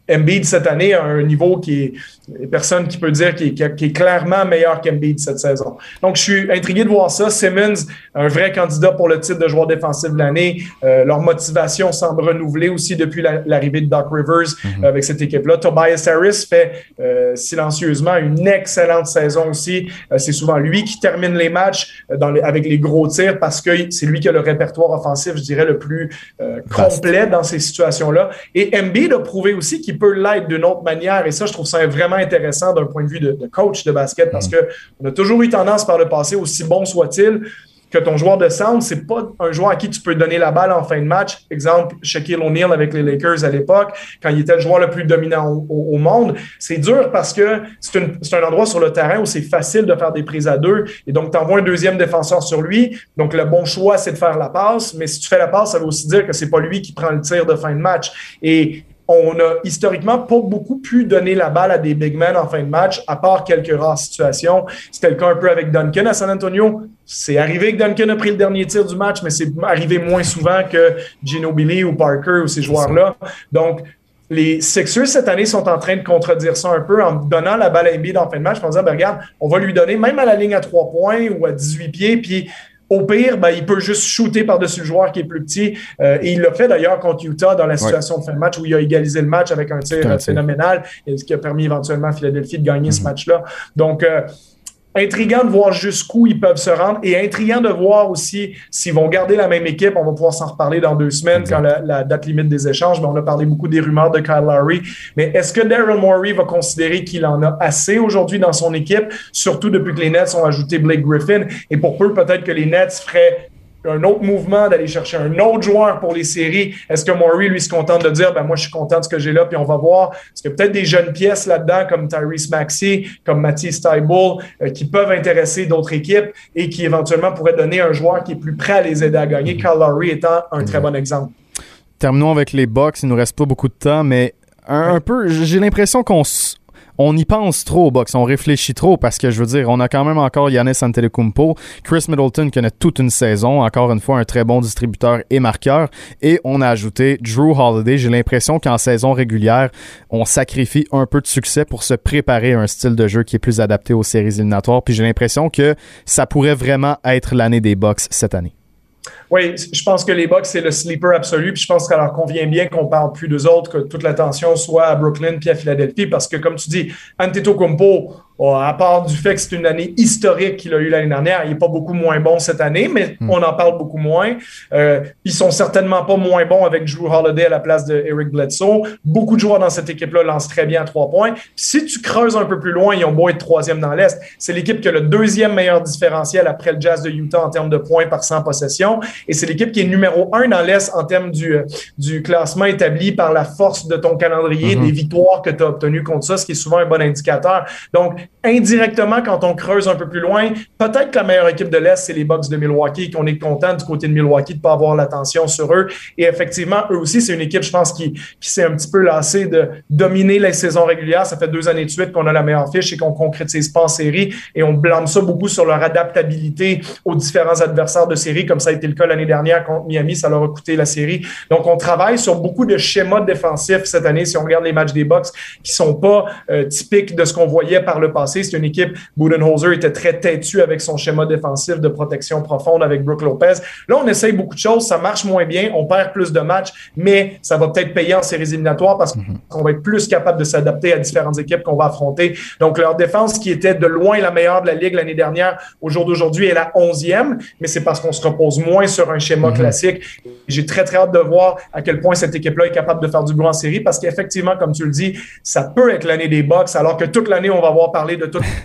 S6: Embiid, cette année, a un niveau qui est... Personne qui peut dire qu'il est, qui est clairement meilleur qu'Embiid cette saison. Donc, je suis intrigué de voir ça. Simmons, un vrai candidat pour le titre de joueur défensif de l'année. Euh, leur motivation semble renouvelée aussi depuis la, l'arrivée de Doc Rivers mm-hmm. euh, avec cette équipe-là. Tobias Harris fait euh, silencieusement une excellente saison aussi. Euh, c'est souvent lui qui termine les matchs euh, dans les, avec les gros tirs parce que c'est lui qui a le répertoire offensif, je dirais, le plus euh, complet dans ces situations-là. Et Embiid a prouvé aussi qu'il peut l'être d'une autre manière. Et ça, je trouve ça vraiment intéressant d'un point de vue de, de coach de basket parce que on a toujours eu tendance par le passé, aussi bon soit-il, que ton joueur de centre, c'est pas un joueur à qui tu peux donner la balle en fin de match. Exemple, Shaquille O'Neal avec les Lakers à l'époque, quand il était le joueur le plus dominant au, au, au monde. C'est dur parce que c'est, une, c'est un endroit sur le terrain où c'est facile de faire des prises à deux. Et donc, tu envoies un deuxième défenseur sur lui. Donc, le bon choix, c'est de faire la passe. Mais si tu fais la passe, ça veut aussi dire que c'est pas lui qui prend le tir de fin de match. Et on a historiquement pas beaucoup pu donner la balle à des big men en fin de match, à part quelques rares situations. C'était le cas un peu avec Duncan à San Antonio. C'est arrivé que Duncan a pris le dernier tir du match, mais c'est arrivé moins souvent que Ginobili ou Parker ou ces joueurs-là. Donc, les Sixers, cette année, sont en train de contredire ça un peu en donnant la balle à Embiid en fin de match, en disant, ben, regarde, on va lui donner même à la ligne à trois points ou à dix-huit pieds, puis au pire, ben, il peut juste shooter par-dessus le joueur qui est plus petit. Euh, et il l'a fait d'ailleurs contre Utah dans la situation ouais. de fin de match où il a égalisé le match avec un tir un phénoménal, et ce qui a permis éventuellement à Philadelphie de gagner mm-hmm. ce match-là. Donc, euh, intriguant de voir jusqu'où ils peuvent se rendre et intriguant de voir aussi s'ils vont garder la même équipe. On va pouvoir s'en reparler dans deux semaines exact. Quand la, la date limite des échanges. Mais on a parlé beaucoup des rumeurs de Kyle Lowry. Mais est-ce que Daryl Morey va considérer qu'il en a assez aujourd'hui dans son équipe, surtout depuis que les Nets ont ajouté Blake Griffin? Et pour peu, peut-être que les Nets feraient un autre mouvement d'aller chercher un autre joueur pour les séries. Est-ce que Morey, lui, se contente de dire, ben moi, je suis content de ce que j'ai là, puis on va voir. Parce qu'il y a peut-être des jeunes pièces là-dedans, comme Tyrese Maxey, comme Matisse Thybulle, euh, qui peuvent intéresser d'autres équipes et qui éventuellement pourraient donner un joueur qui est plus prêt à les aider à gagner. Kyle Lowry étant un très bon exemple.
S3: Terminons avec les Bucks. Il nous reste pas beaucoup de temps, mais un, ouais. un peu, j'ai l'impression qu'on s- On y pense trop, Bucks. On réfléchit trop parce que, je veux dire, on a quand même encore Giannis Antetokounmpo, Chris Middleton qui connaît toute une saison, encore une fois un très bon distributeur et marqueur, et on a ajouté Jrue Holiday. J'ai l'impression qu'en saison régulière, on sacrifie un peu de succès pour se préparer à un style de jeu qui est plus adapté aux séries éliminatoires, puis j'ai l'impression que ça pourrait vraiment être l'année des Bucks cette année.
S6: Oui, je pense que les Bucks, c'est le sleeper absolu. Puis je pense que ça leur convient bien qu'on parle plus d'eux autres, que toute l'attention soit à Brooklyn puis à Philadelphie. Parce que, comme tu dis, Antetokounmpo, oh, à part du fait que c'est une année historique qu'il a eu l'année dernière, il n'est pas beaucoup moins bon cette année, mais mm. on en parle beaucoup moins. Euh, ils sont certainement pas moins bons avec Jrue Holiday à la place de Eric Bledsoe. Beaucoup de joueurs dans cette équipe-là lancent très bien à trois points. Puis si tu creuses un peu plus loin, ils ont beau être troisième dans l'Est. C'est l'équipe qui a le deuxième meilleur différentiel après le Jazz de Utah en termes de points par cent possession. Et c'est l'équipe qui est numéro un dans l'Est en termes du, euh, du classement établi par la force de ton calendrier, mm-hmm. des victoires que tu as obtenues contre ça, ce qui est souvent un bon indicateur. Donc, indirectement, quand on creuse un peu plus loin, peut-être que la meilleure équipe de l'Est, c'est les Bucks de Milwaukee, qu'on est content du côté de Milwaukee de ne pas avoir l'attention sur eux. Et effectivement, eux aussi, c'est une équipe, je pense, qui, qui s'est un petit peu lassée de dominer les saisons régulières. Ça fait deux années de suite qu'on a la meilleure fiche et qu'on concrétise pas en série. Et on blâme ça beaucoup sur leur adaptabilité aux différents adversaires de série, comme ça a été le cas l'année dernière contre Miami. Ça leur a coûté la série. Donc, on travaille sur beaucoup de schémas défensifs cette année, si on regarde les matchs des Bucks, qui sont pas euh, typiques de ce qu'on voyait par le passé. C'est une équipe, Budenholzer était très têtu avec son schéma défensif de protection profonde avec Brook Lopez. Là, on essaye beaucoup de choses, ça marche moins bien, on perd plus de matchs, mais ça va peut-être payer en séries éliminatoires parce qu'on va être plus capable de s'adapter à différentes équipes qu'on va affronter. Donc, leur défense, qui était de loin la meilleure de la Ligue l'année dernière, au jour d'aujourd'hui, est la onzième, mais c'est parce qu'on se repose moins sur un schéma mm-hmm. classique. J'ai très, très hâte de voir à quel point cette équipe-là est capable de faire du bruit en série parce qu'effectivement, comme tu le dis, ça peut être l'année des Bucks, alors que toute l'année, on va avoir parlé de toutes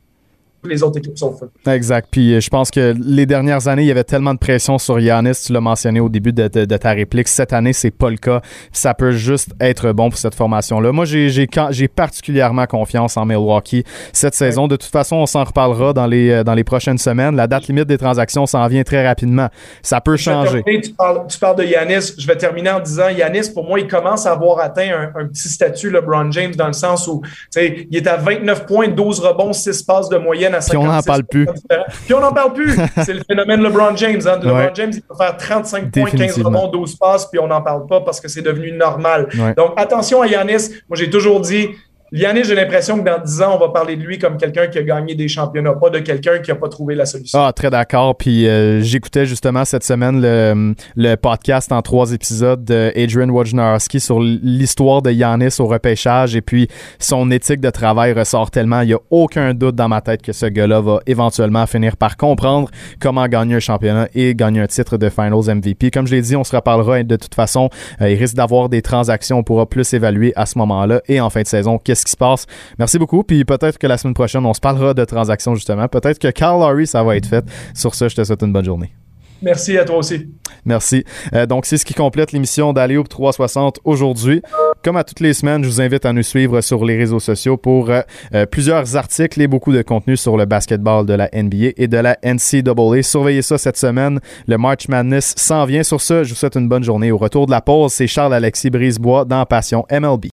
S6: les autres équipes sauf eux.
S3: Exact. Puis je pense que les dernières années, il y avait tellement de pression sur Giannis, tu l'as mentionné au début de, de, de ta réplique. Cette année, c'est pas le cas. Ça peut juste être bon pour cette formation-là. Moi, j'ai, j'ai, j'ai particulièrement confiance en Milwaukee cette ouais. saison. De toute façon, on s'en reparlera dans les, dans les prochaines semaines. La date limite des transactions s'en vient très rapidement. Ça peut
S6: je
S3: changer.
S6: Terminer, tu, parles, tu parles de Giannis. Je vais terminer en disant Giannis, pour moi, il commence à avoir atteint un, un petit statut LeBron James dans le sens où il est à vingt-neuf points, douze rebonds, six passes de moyenne moyenne à cinquante-six.
S3: Puis on n'en parle plus.
S6: Puis on n'en parle plus. C'est le phénomène LeBron James. Hein. LeBron
S3: ouais.
S6: James, il peut faire trente-cinq points, quinze rebonds, douze passes, puis on n'en parle pas parce que c'est devenu normal.
S3: Ouais.
S6: Donc, attention à Giannis. Moi, j'ai toujours dit, Giannis, j'ai l'impression que dans dix ans, on va parler de lui comme quelqu'un qui a gagné des championnats, pas de quelqu'un qui n'a pas trouvé la solution.
S3: Ah, très d'accord. Puis euh, j'écoutais justement cette semaine le, le podcast en trois épisodes d'Adrian Wojnarowski sur l'histoire de Giannis au repêchage et puis son éthique de travail ressort tellement. Il n'y a aucun doute dans ma tête que ce gars-là va éventuellement finir par comprendre comment gagner un championnat et gagner un titre de Finals M V P. Comme je l'ai dit, on se reparlera de toute façon. Euh, il risque d'avoir des transactions. On pourra plus évaluer à ce moment-là et en fin de saison, qu'est-ce qui se passe. Merci beaucoup. Puis peut-être que la semaine prochaine, on se parlera de transactions justement. Peut-être que Kyle Lowry, ça va être fait. Sur ce, je te souhaite une bonne journée.
S6: Merci à toi aussi.
S3: Merci. Euh, donc, c'est ce qui complète l'émission d'Alley-Oop trois cent soixante aujourd'hui. Comme à toutes les semaines, je vous invite à nous suivre sur les réseaux sociaux pour euh, euh, plusieurs articles et beaucoup de contenu sur le basketball de la N B A et de la N C double A. Surveillez ça cette semaine. Le March Madness s'en vient. Sur ce, je vous souhaite une bonne journée. Au retour de la pause, c'est Charles-Alexis Brisebois dans Passion M L B.